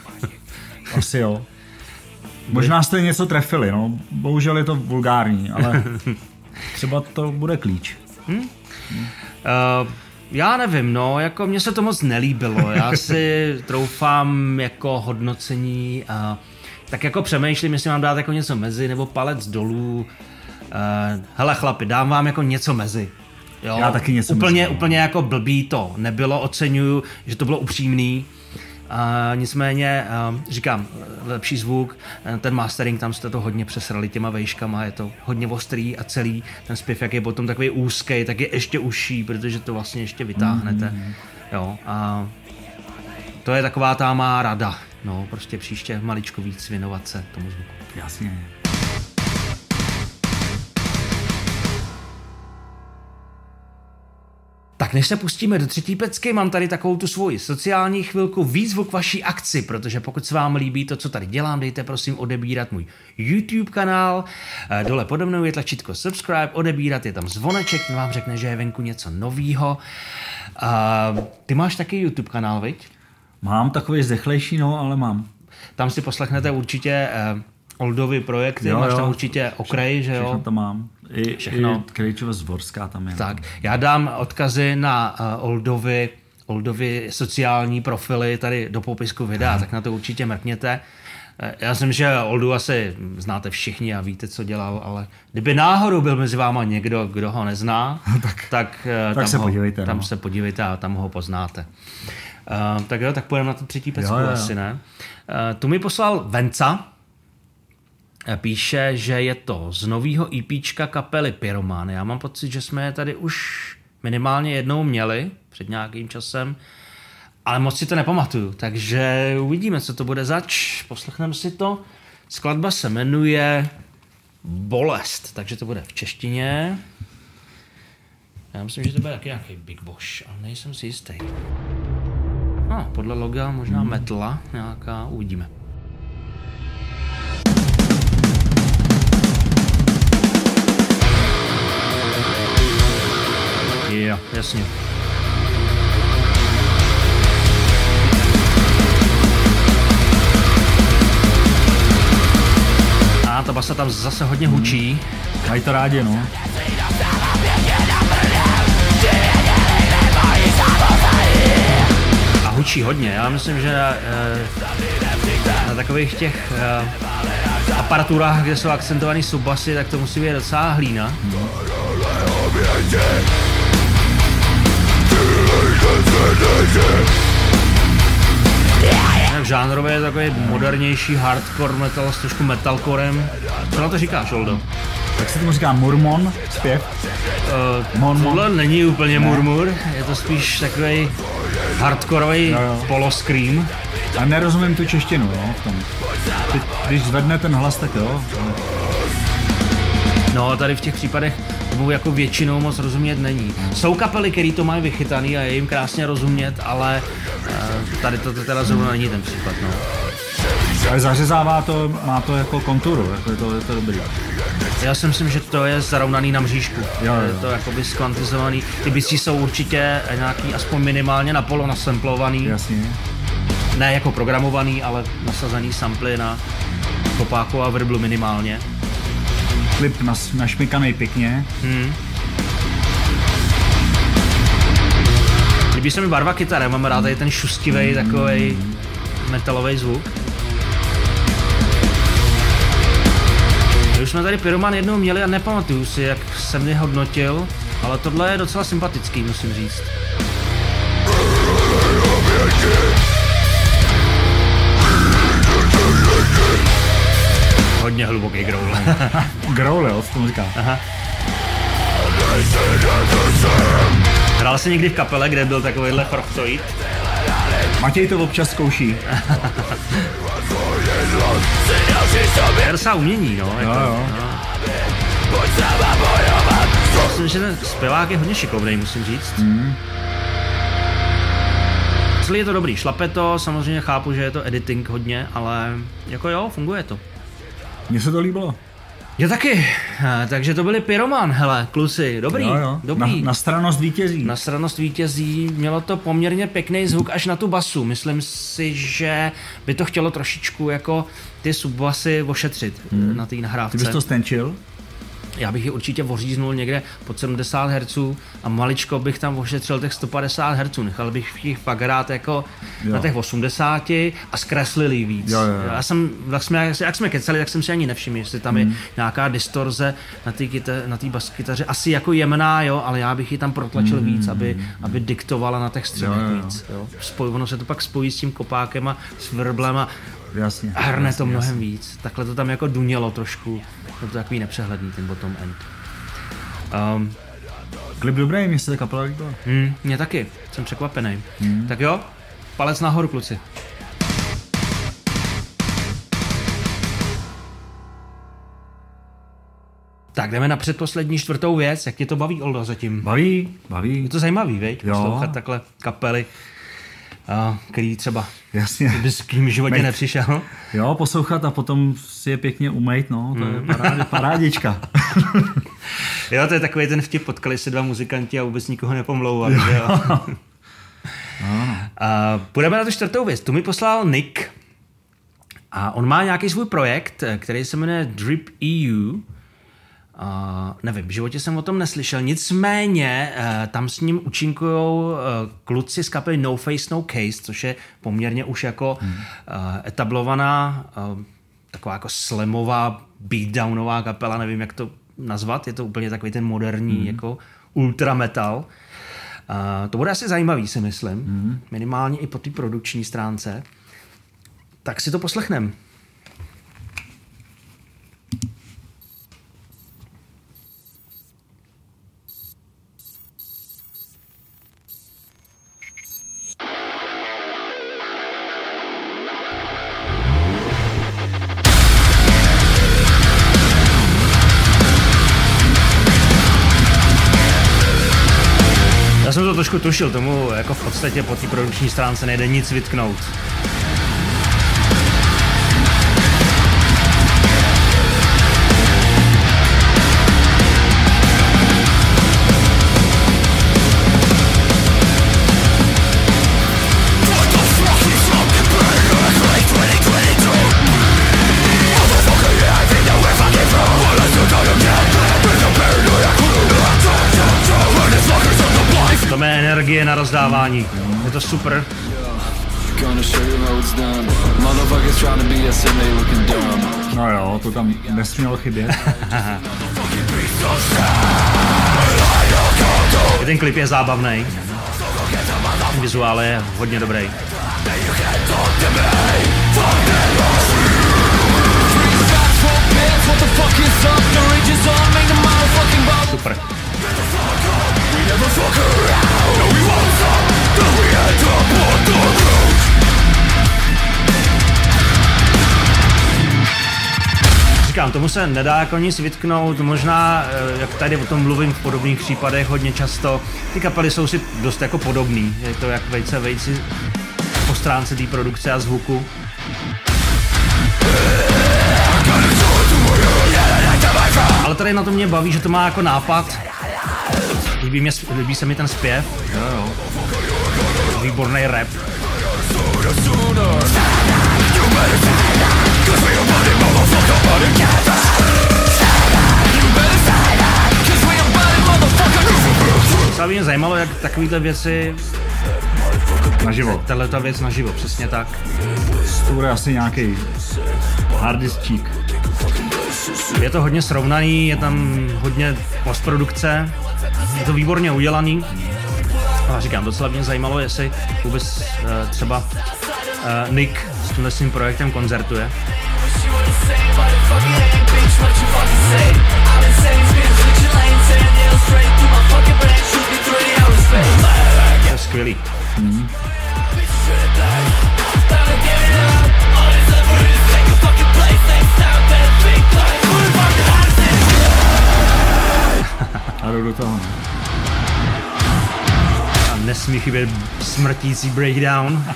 Asi jo. Možná jste něco trefili, no. Bohužel je to vulgární, ale třeba to bude klíč. Hmm? Hmm. Uh, já nevím, no, jako mně se to moc nelíbilo. Já si troufám jako hodnocení, uh, tak jako přemýšlím, jestli mám dát jako něco mezi, nebo palec dolů. Uh, hele chlapi, dám vám jako něco mezi. Jo, já taky něco úplně, myslím. úplně jako blbý to nebylo, oceňuju, že to bylo upřímný. Uh, nicméně, uh, říkám, lepší zvuk, ten mastering, tam jste to hodně přesrali těma vejškama, je to hodně ostrý a celý, ten zpěv, jak je potom takový úzký, tak je ještě užší, protože to vlastně ještě vytáhnete. Mm-hmm. Jo, a to je taková ta má rada, no, prostě příště maličko víc věnovat se tomu zvuku. Jasně. Tak než se pustíme do třetí pecky, mám tady takovou tu svoji sociální chvilku, výzvu k vaší akci, protože pokud se vám líbí to, co tady dělám, dejte prosím odebírat můj YouTube kanál, dole pode mnou je tlačítko subscribe, odebírat, je tam zvoneček, ten vám řekne, že je venku něco novýho. Uh, ty máš taky YouTube kanál, viď? Mám takový zdechlejší, no, ale mám. Tam si poslechnete určitě uh, Oldovy projekty, jo, máš jo. tam určitě okraj, že jo? Všechno to mám. I, Všechno. I Krejčova Zborská tam je. Tak, já dám odkazy na uh, Oldovy, Oldovy sociální profily tady do popisku videa, tak na to určitě mrkněte. Já myslím, že Oldu asi znáte všichni a víte, co dělal, ale kdyby náhodou byl mezi váma někdo, kdo ho nezná, tak, tak, tak tam, se ho, podívejte, tam no. se podívejte a tam ho poznáte. Uh, tak jo, tak půjdeme na tu třetí pecku, jo, jo. asi ne. Uh, tu mi poslal Venca. Píše, že je to z novýho EPčka kapely Pyroman. Já mám pocit, že jsme je tady už minimálně jednou měli před nějakým časem, ale moc si to nepamatuju, takže uvidíme, co to bude zač. Poslechneme si to. Skladba se jmenuje Bolest, takže to bude v češtině. Já myslím, že to bude taky nějaký Big Boss, ale nejsem si jistý. No, podle loga možná hmm. metla nějaká, uvidíme. Jo, jasně. A ta basa tam zase hodně hučí. Mají to rádi, no. A hučí hodně. Já myslím, že eh, na takových těch eh, aparaturách, kde jsou akcentovaný subbasy, tak to musí být docela hlína. Hmm. Žánrově je takový modernější hardcore metal s trošku metalcorem. Co na to říkáš, Oldo? Tak se tomu říká murmon, zpěv? Uh, tohle není úplně ne. murmur, je to spíš takový hardcoreový poloscream. A nerozumím tu češtinu, jo, v tom. Teď, když zvedne ten hlas, tak jo. No, tady v těch případech tomu jako většinou moc rozumět není. Jsou kapely, který to mají vychytaný a je jim krásně rozumět, ale uh, tady to, to teda zrovna není ten případ, no. Ale zařezává to, má to jako konturu, jako je to, je to dobrý. Já si myslím, že to je zarovnaný na mřížku. Jo, jo. Je to jakoby skvantizovaný. Ty bicí jsou určitě nějaký aspoň minimálně na polo nasamplovaný. Jasně. Ne jako programovaný, ale nasazený samply na kopáku a vrblu minimálně. Klip nas, našmykanej pěkně. Hmm. Líbí se mi barva kytary, mám rád tady ten šustivej, hmm. takovej metalový zvuk. My už jsme tady Pyroman jednou měli a nepamatuju si, jak jsem je hodnotil, ale tohle je docela sympatický, musím říct. Hodně hluboký growl. Growl, jo, co tomu říká. Aha. Hrál jsi někdy v kapele, kde byl takovýhle chroptoid? Matěj to občas zkouší. Je docela umění, no. Jako, jo, jo. No. Myslím, že ten zpěvák je hodně šikovnej, musím říct. Mm. Celý je to dobrý, šlape to, samozřejmě chápu, že je to editing hodně, ale jako jo, funguje to. Mně se to líbilo. Jo taky, takže to byly Pyroman, hele, kluci, dobrý, jo, jo. dobrý. Na, na stranost vítězí. Na stranost vítězí, mělo to poměrně pěkný zvuk až na tu basu, myslím si, že by to chtělo trošičku jako ty subbasy ošetřit hmm. na té nahrávce. Ty bys to stenčil? Já bych ji určitě oříznul někde pod sedmdesát hertzů a maličko bych tam ošetřil těch sto padesát hertzů. Nechal bych jich fakt hrát jako jo. na těch osmdesáti a zkreslil jí víc. Jo, jo, jo. Já jsem, jak jsme, jak jsme kecali, tak jsem si ani nevšiml, jestli tam hmm. je nějaká distorze na té na té bas kytaře. Asi jako jemná, jo, ale já bych ji tam protlačil hmm. víc, aby, aby diktovala na těch středech víc. Jo. Spoj, ono se to pak spojí s tím kopákem a s vrblem a jasně, hrne jasně, to mnohem jasně. víc. Takhle to tam jako dunělo trošku. To je takový nepřehledný, ten bottom end. Um, Klip dobrý, mě se ta kapela líbila. hmm, mě taky, jsem překvapený. Hmm. Tak jo, palec nahoru, kluci. Tak jdeme na předposlední čtvrtou věc. Jak tě to baví, Oldo, zatím? Baví, baví. Je to zajímavý, veď? Jo. Poslouchat takhle kapely, a, který třeba jasně. bys k ním životě Mejt. nepřišel. Jo, poslouchat a potom si je pěkně umejt, no, to je parádi, parádička. Jo, to je takový ten vtip, potkali se dva muzikanti a vůbec nikoho nepomlouvali. Jo. Jo. A půjdeme na tu čtvrtou věc. Tu mi poslal Nick a on má nějaký svůj projekt, který se jmenuje Drip E U. A nevím, v životě jsem o tom neslyšel, nicméně uh, tam s ním účinkujou uh, kluci z kapely No Face No Case, což je poměrně už jako hmm. uh, etablovaná uh, taková jako slamová beatdownová kapela, nevím jak to nazvat, je to úplně takový ten moderní hmm. jako ultra metal. Uh, to bude asi zajímavý, si myslím, hmm. minimálně i po té produkční stránce. Tak si to poslechneme. Já jsem to trošku tušil, tomu jako v podstatě po té produkční stránce nejde nic vytknout. To má energie na rozdávání. Je to super. No jo, to tam nesmělo chybět. Ten klip je zábavný. Vizuál je hodně dobrý. Super. Říkám, tomu se nedá jako nic vytknout, možná, jak tady o tom mluvím v podobných případech hodně často, ty kapely jsou si dost jako podobný, je to jak vejce vejci po stránce té produkce a zvuku. Ale tady na to mě baví, že to má jako nápad. Líbí, mě, líbí se mi ten zpěv. Jo, jo. Výborný rap. To mě zajímalo, jak takovýhle věci naživo. Tato věc naživo, přesně tak. To bude asi nějaký hardistík. Je to hodně srovnaný, je tam hodně postprodukce, je to výborně udělaný. A říkám, docela mě zajímalo, jestli vůbec uh, třeba uh, Nick s tímhle svým projektem koncertuje. To je skvělý. Mm. A jdu do toho. A nesmí chybět smrtící breakdown.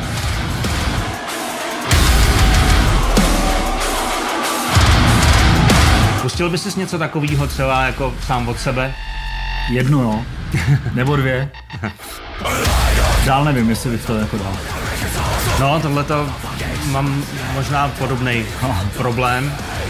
Pustil bys si něco takového třeba jako sám od sebe? Jednu jo, nebo dvě. Dál nevím, jestli bych to jako dal. No, tohleto mám možná podobný problém.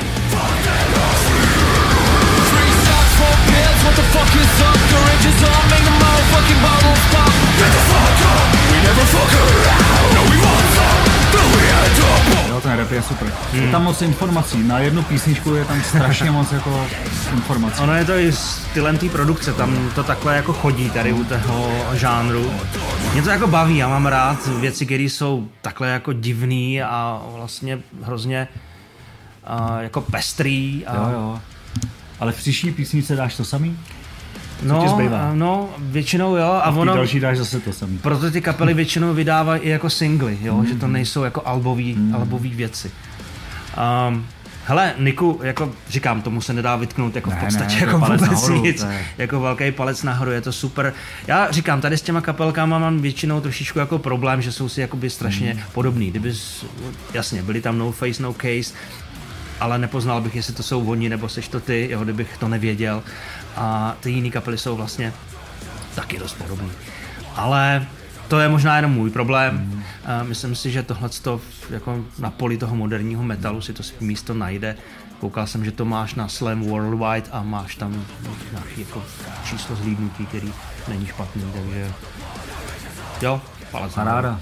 Jo, ten rap je super. Hmm. Je tam moc informací, na jednu písničku je tam strašně moc jako informací. Ono je to i stylem té produkce, tam to takhle jako chodí tady u toho žánru. Mě to jako baví, já mám rád věci, které jsou takhle jako divný a vlastně hrozně uh, jako pestrý. A... Jo, jo. Ale v příští písničce dáš to samý? Co no, no, většinou jo. A, a v ono, další dáš zase to samý. Proto ty kapely většinou vydávají i jako singly, jo, mm. že to nejsou jako albový, mm. albový věci. Um, hele, Niku, jako říkám, tomu se nedá vytknout jako ne, v podstatě ne, jako vůbec nahoru, nic. je. Jako velký palec nahoru, je to super. Já říkám, tady s těma kapelkama mám většinou trošičku jako problém, že jsou si jakoby strašně mm. podobný. Kdyby, jasně, byli tam No Face, No Case, ale nepoznal bych, jestli to jsou oni, nebo seš to ty, jo, kdybych to nevěděl. A ty jiný kapely jsou vlastně taky dost podobný. Ale to je možná jenom můj problém. Mm. Uh, myslím si, že tohleto jako na poli toho moderního metalu si to svý místo najde. Koukal jsem, že to máš na Slam Worldwide a máš tam nějaký jako číslo zhlídnutí, který není špatný, takže jo, palec nahoru.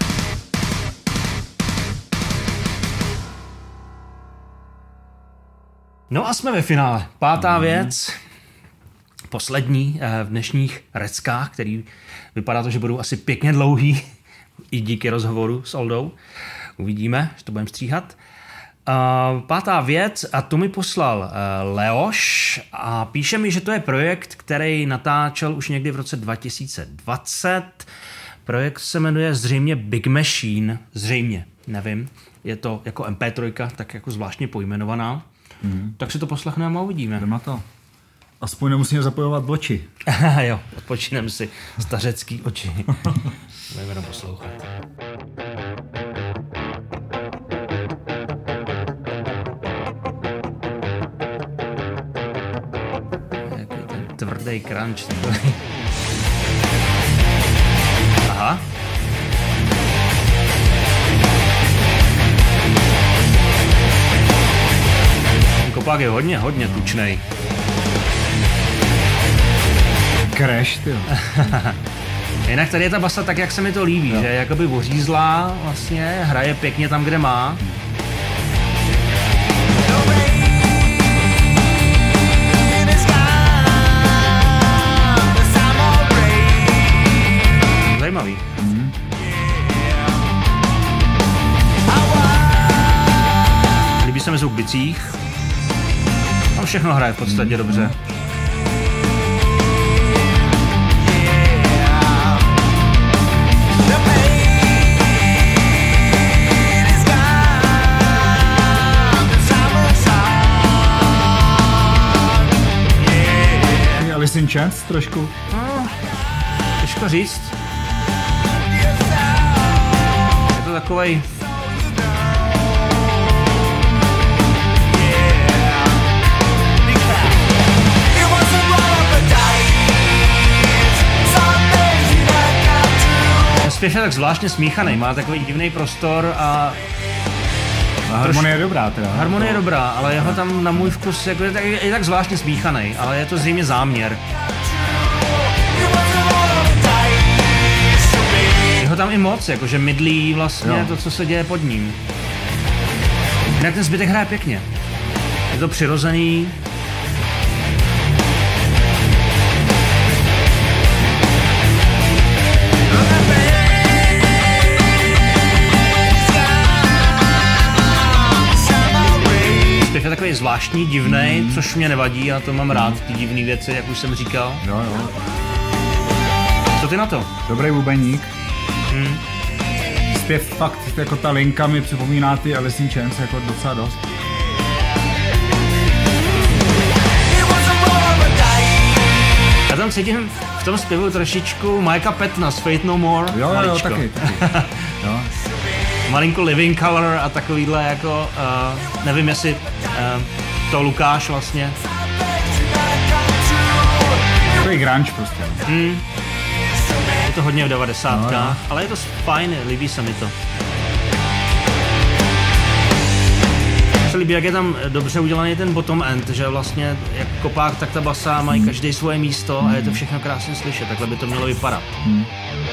No a jsme ve finále. Pátá mm. věc, poslední v dnešních reckách, který vypadá to, že budou asi pěkně dlouhý, i díky rozhovoru s Oldou. Uvidíme, že to budeme stříhat. Uh, pátá věc, a tu mi poslal uh, Leoš a píše mi, že to je projekt, který natáčel už někdy v roce dva tisíce dvacet. Projekt se jmenuje zřejmě Big Machine, zřejmě, nevím. Je to jako em pé tři, tak jako zvláštně pojmenovaná. Mm. Tak si to poslechneme a uvidíme. Jdeme na to. Aspoň nemusíme zapojovat oči. Jo, odpočinem si stařecký oči. Budeme jenom poslouchat. Jaký ten tvrdý crunch. Aha. Ten kopák je hodně, hodně tučnej. Crash, ty. Jinak tady je ta basa tak, jak se mi to líbí, jo. Že je jakoby ořízlá, vlastně, hraje pěkně tam, kde má. Zajímavý. Mm. Líbí se mi zvuk bicích. Tam všechno hraje v podstatě mm. dobře. Alice in Chains trošku? No, těžko říct. Je to takovej... Zpěv je tak zvláštně smíchaný, má takový divný prostor a... A harmonie je dobrá teda. Harmonie je dobrá, ale jeho tam na můj vkus jako je, tak, je tak zvláštně smíchaný, ale je to zřejmě záměr. Jeho tam i moc, jakože mydlí vlastně jo. To, co se děje pod ním. Jinak ten zbytek hraje pěkně. Je to přirozený. Je takový zvláštní, divnej, mm. což mě nevadí, a to mám rád, ty divné věci, jak už jsem říkal. Jo, jo. Co ty na to? Dobrý bubeník. Mm. Zpěv fakt, jako ta linka mi připomíná ty Alice in Chains jako docela dost. Já tam cítím v tom zpěvu trošičku Mikea Pattona z Fate No More. Jo, jo, jo, taky, taky. Jo. Malinko Living Color a takovýhle jako, uh, nevím jestli uh, to Lukáš vlastně. Takový grunge prostě. Hmm. Je to hodně v devadesátkách, no, no. Ale je to fajn, líbí se mi to. Se líbí, jak je tam dobře udělaný ten bottom end, že vlastně jak kopák, tak ta basa mají hmm. každý svoje místo hmm. a je to všechno krásně slyšet, takhle by to mělo vypadat. Hmm.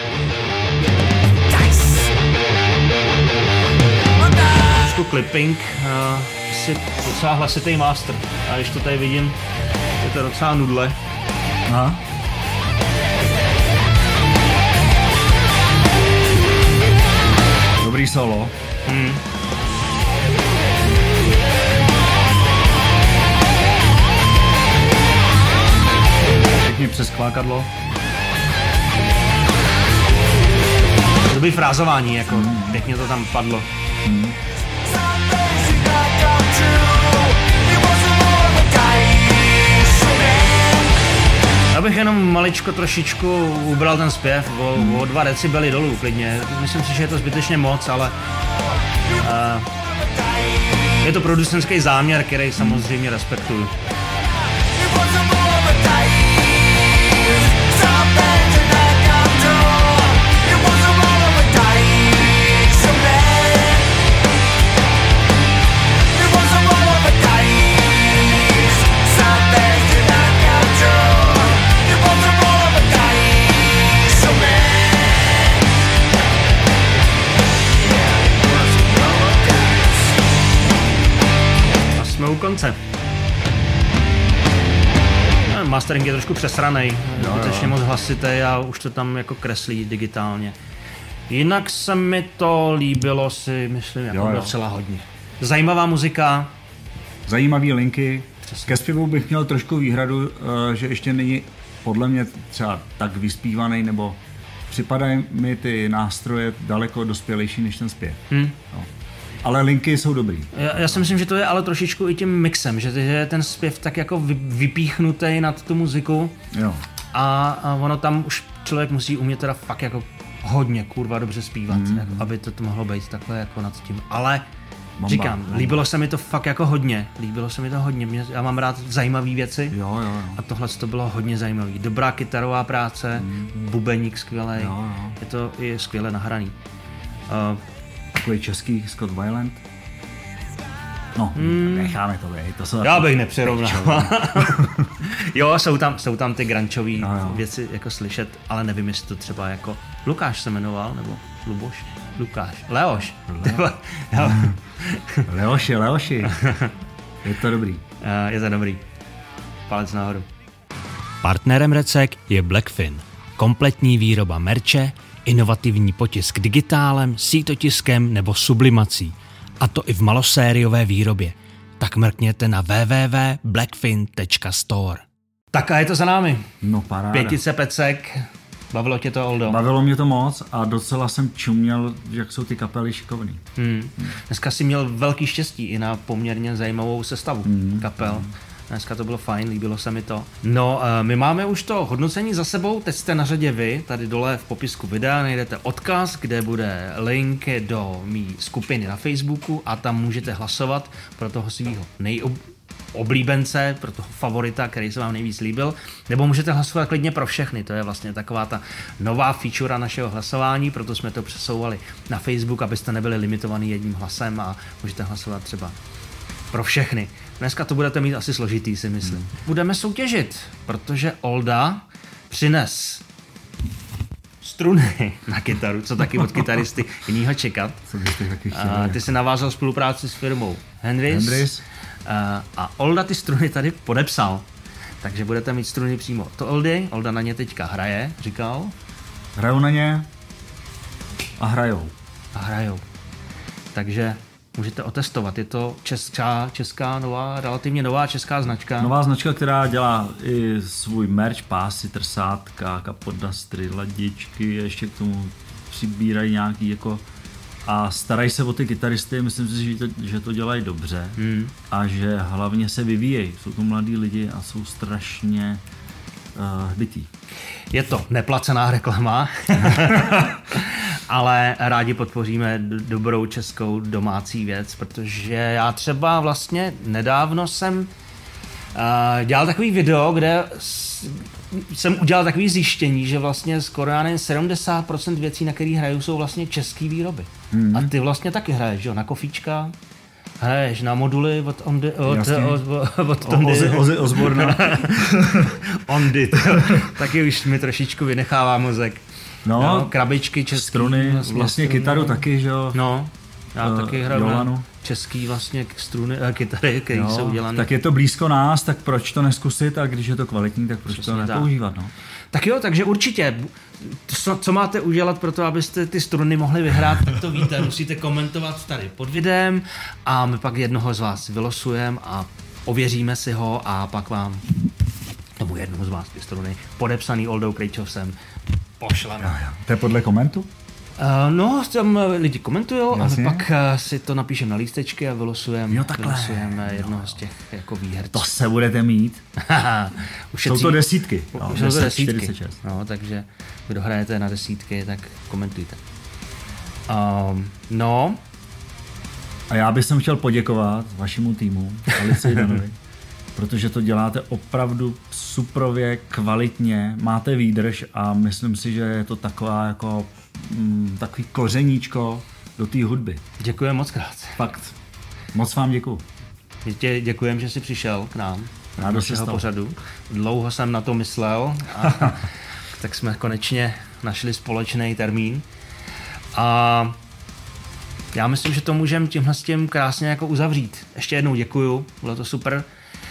Clipping, uh, si docela hlasitý master. A když to tady vidím, je to docela nudle. Aha. Dobrý solo. Hmm. Pěkně přes kvákadlo. Dobrý frázování, jako hmm. pěkně to tam padlo. Hmm. Já bych jenom maličko trošičku ubral ten zpěv o, o dva decibely dolů klidně. Myslím si, že je to zbytečně moc, ale uh, je to producentský záměr, který samozřejmě respektuju. mastering je trošku přesranej, zbytečně moc hlasitý a už to tam jako kreslí digitálně. Jinak se mi to líbilo si, myslím, jako jo, docela hodně. Zajímavá muzika. Zajímavý linky. Přesně. Ke zpěvu bych měl trošku výhradu, že ještě není podle mě třeba tak vyspívaný, nebo připadají mi ty nástroje daleko dospělejší než ten zpěv. Hmm. No. Ale linky jsou dobrý. Já, já si myslím, že to je ale trošičku i tím mixem, že, že je ten zpěv tak jako vy, vypíchnutý nad tu muziku. Jo. A, a ono tam už člověk musí umět teda fakt jako hodně kurva dobře zpívat, hmm. jako, aby to, to mohlo být takhle jako nad tím. Ale Mamba. říkám, Mamba. líbilo se mi to fakt jako hodně. Líbilo se mi to hodně. Mě, já mám rád zajímavé věci. Jo, jo, jo. A tohle to bylo hodně zajímavé. Dobrá kytarová práce, hmm. bubeník skvělej. Jo, jo. Je to i skvěle nahraný. Uh, Takový český Scott Weiland. No, hmm. necháme to být. To jsou já bych nepřirovnal. Jo, jsou tam, jsou tam ty grunčové no, věci jako slyšet, ale nevím, jestli to třeba jako Lukáš se jmenoval, nebo Luboš? Lukáš. Leoš. Leo. Leoši, Leoši. Je to dobrý. Je to dobrý. Palec nahoru. Partnerem Recek je Blackfin. Kompletní výroba merče, inovativní potisk digitálem, sítotiskem nebo sublimací. A to i v malosériové výrobě. Tak mrkněte na w w w tečka blackfin tečka store. Tak a je to za námi. No paráda. Pětice pecek. Bavilo tě to, Oldo? Bavilo mě to moc a docela jsem čuměl, jak jsou ty kapely šikovný. Hmm. Dneska jsi měl velký štěstí i na poměrně zajímavou sestavu hmm. kapel. Hmm. Dneska to bylo fajn, líbilo se mi to. No, my máme už to hodnocení za sebou, teď jste na řadě vy, tady dole v popisku videa najdete odkaz, kde bude link do mý skupiny na Facebooku a tam můžete hlasovat pro toho svýho nejoblíbence, pro toho favorita, který se vám nejvíc líbil, nebo můžete hlasovat klidně pro všechny, to je vlastně taková ta nová feature našeho hlasování, proto jsme to přesouvali na Facebook, abyste nebyli limitovaný jedním hlasem a můžete hlasovat třeba pro všechny. Dneska to budete mít asi složitý, si myslím. Hmm. Budeme soutěžit, protože Olda přines struny na kytaru, co taky od kytaristy jinýho čekat. A ty jsi navázal spolupráci s firmou Henrys. Henrys. A, a Olda ty struny tady podepsal. Takže budete mít struny přímo to Oldy. Olda na ně teďka hraje, říkal. Hrajou na ně a hrajou. A hrajou. Takže můžete otestovat. Je to česká, česká nová, relativně nová česká značka. Nová značka, která dělá i svůj merch, pásy, trsátka, kapodastry, ladičky, ještě k tomu přibírají nějaký jako a starají se o ty kytaristy, myslím si, že to, že to dělají dobře hmm. a že hlavně se vyvíjejí. Jsou to mladí lidi a jsou strašně uh, hbitý. Je to neplacená reklama, ale rádi podpoříme dobrou českou domácí věc, protože já třeba vlastně nedávno jsem uh, dělal takový video, kde jsem udělal takový zjištění, že vlastně skoro já nevím, sedmdesát procent věcí, na které hraju, jsou vlastně české výroby. Mm. A ty vlastně taky hraješ, jo, na kofíčka, hraješ na moduly od Ondy, od, od, od, od Tondy. Ozzy Osbourna. Ondy, taky už mi trošičku vynechává mozek. No, no krabičky český. Struny, vlastně, vlastně struny, kytaru taky, že jo. No, já uh, taky hraju na český vlastně struny, uh, kytary, které jsou udělané. Tak je to blízko nás, tak proč to neskusit a když je to kvalitní, tak proč Přesně to nepoužívat, no. Tak jo, takže určitě, co, co máte udělat pro to, abyste ty struny mohli vyhrát, tak to víte, musíte komentovat tady pod videem a my pak jednoho z vás vylosujeme a ověříme si ho a pak vám tomu jednoho z vás ty struny podepsaný Oldou Krejčovsem pošleme. Jo, jo. To je podle komentu? Uh, no, tam lidi komentujou a my pak uh, si to napíšeme na lístečky a vylosujeme vylosujeme jednoho z těch jako výherců. To se budete mít. Jsou to desítky. No, Jsou to desítky. No, takže kdo hrajete na desítky, tak komentujte. Um, no. A já bych chtěl poděkovat vašemu týmu, Alici Danovi, protože to děláte opravdu suprově, kvalitně, máte výdrž a myslím si, že je to taková jako mm, takový kořeníčko do té hudby. Děkuji moc krát. Fakt. Moc vám děkuju. Tě děkujem, že jsi přišel k nám. Do našeho pořadu. Dlouho jsem na to myslel a tak jsme konečně našli společný termín. A já myslím, že to můžeme tímhle s tím krásně jako uzavřít. Ještě jednou děkuju, bylo to super.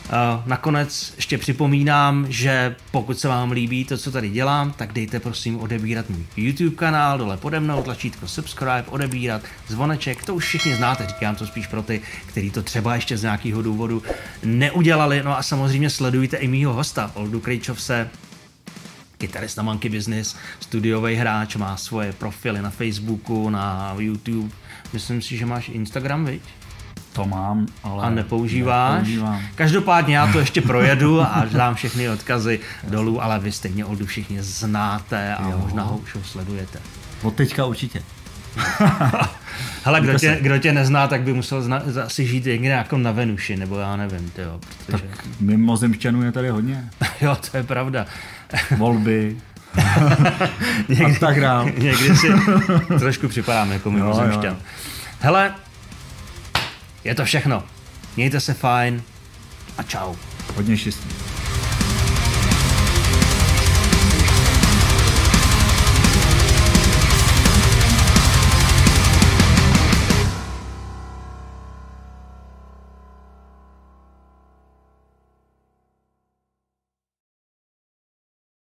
Nakonec ještě připomínám, že pokud se vám líbí to, co tady dělám, tak dejte prosím odebírat můj YouTube kanál, dole pode mnou, tlačítko subscribe, odebírat, zvoneček, to už všichni znáte, říkám to spíš pro ty, kteří to třeba ještě z nějakého důvodu neudělali. No a samozřejmě sledujte i mýho hosta, Oldu Krejčovse, kytarista Monkey Business, studiový hráč, má svoje profily na Facebooku, na YouTube. Myslím si, že máš Instagram, viď? To mám, ale a nepoužíváš. nepoužívám. Každopádně já to ještě projedu a dám všechny odkazy dolů, ale vy stejně Oldu všichni znáte a jo. možná ho už ho sledujete. Od teďka určitě. Hele, kdo tě, kdo tě nezná, tak by musel zna, asi žít někde jako na Venuši, nebo já nevím, tyjo. Protože... Tak mimozemšťanů je tady hodně. Jo, to je pravda. Volby. někdy, a tak dál. Někdy si trošku připadám jako mimozemšťan. Hele, je to všechno. Mějte se fajn a čau. Hodně štěstí.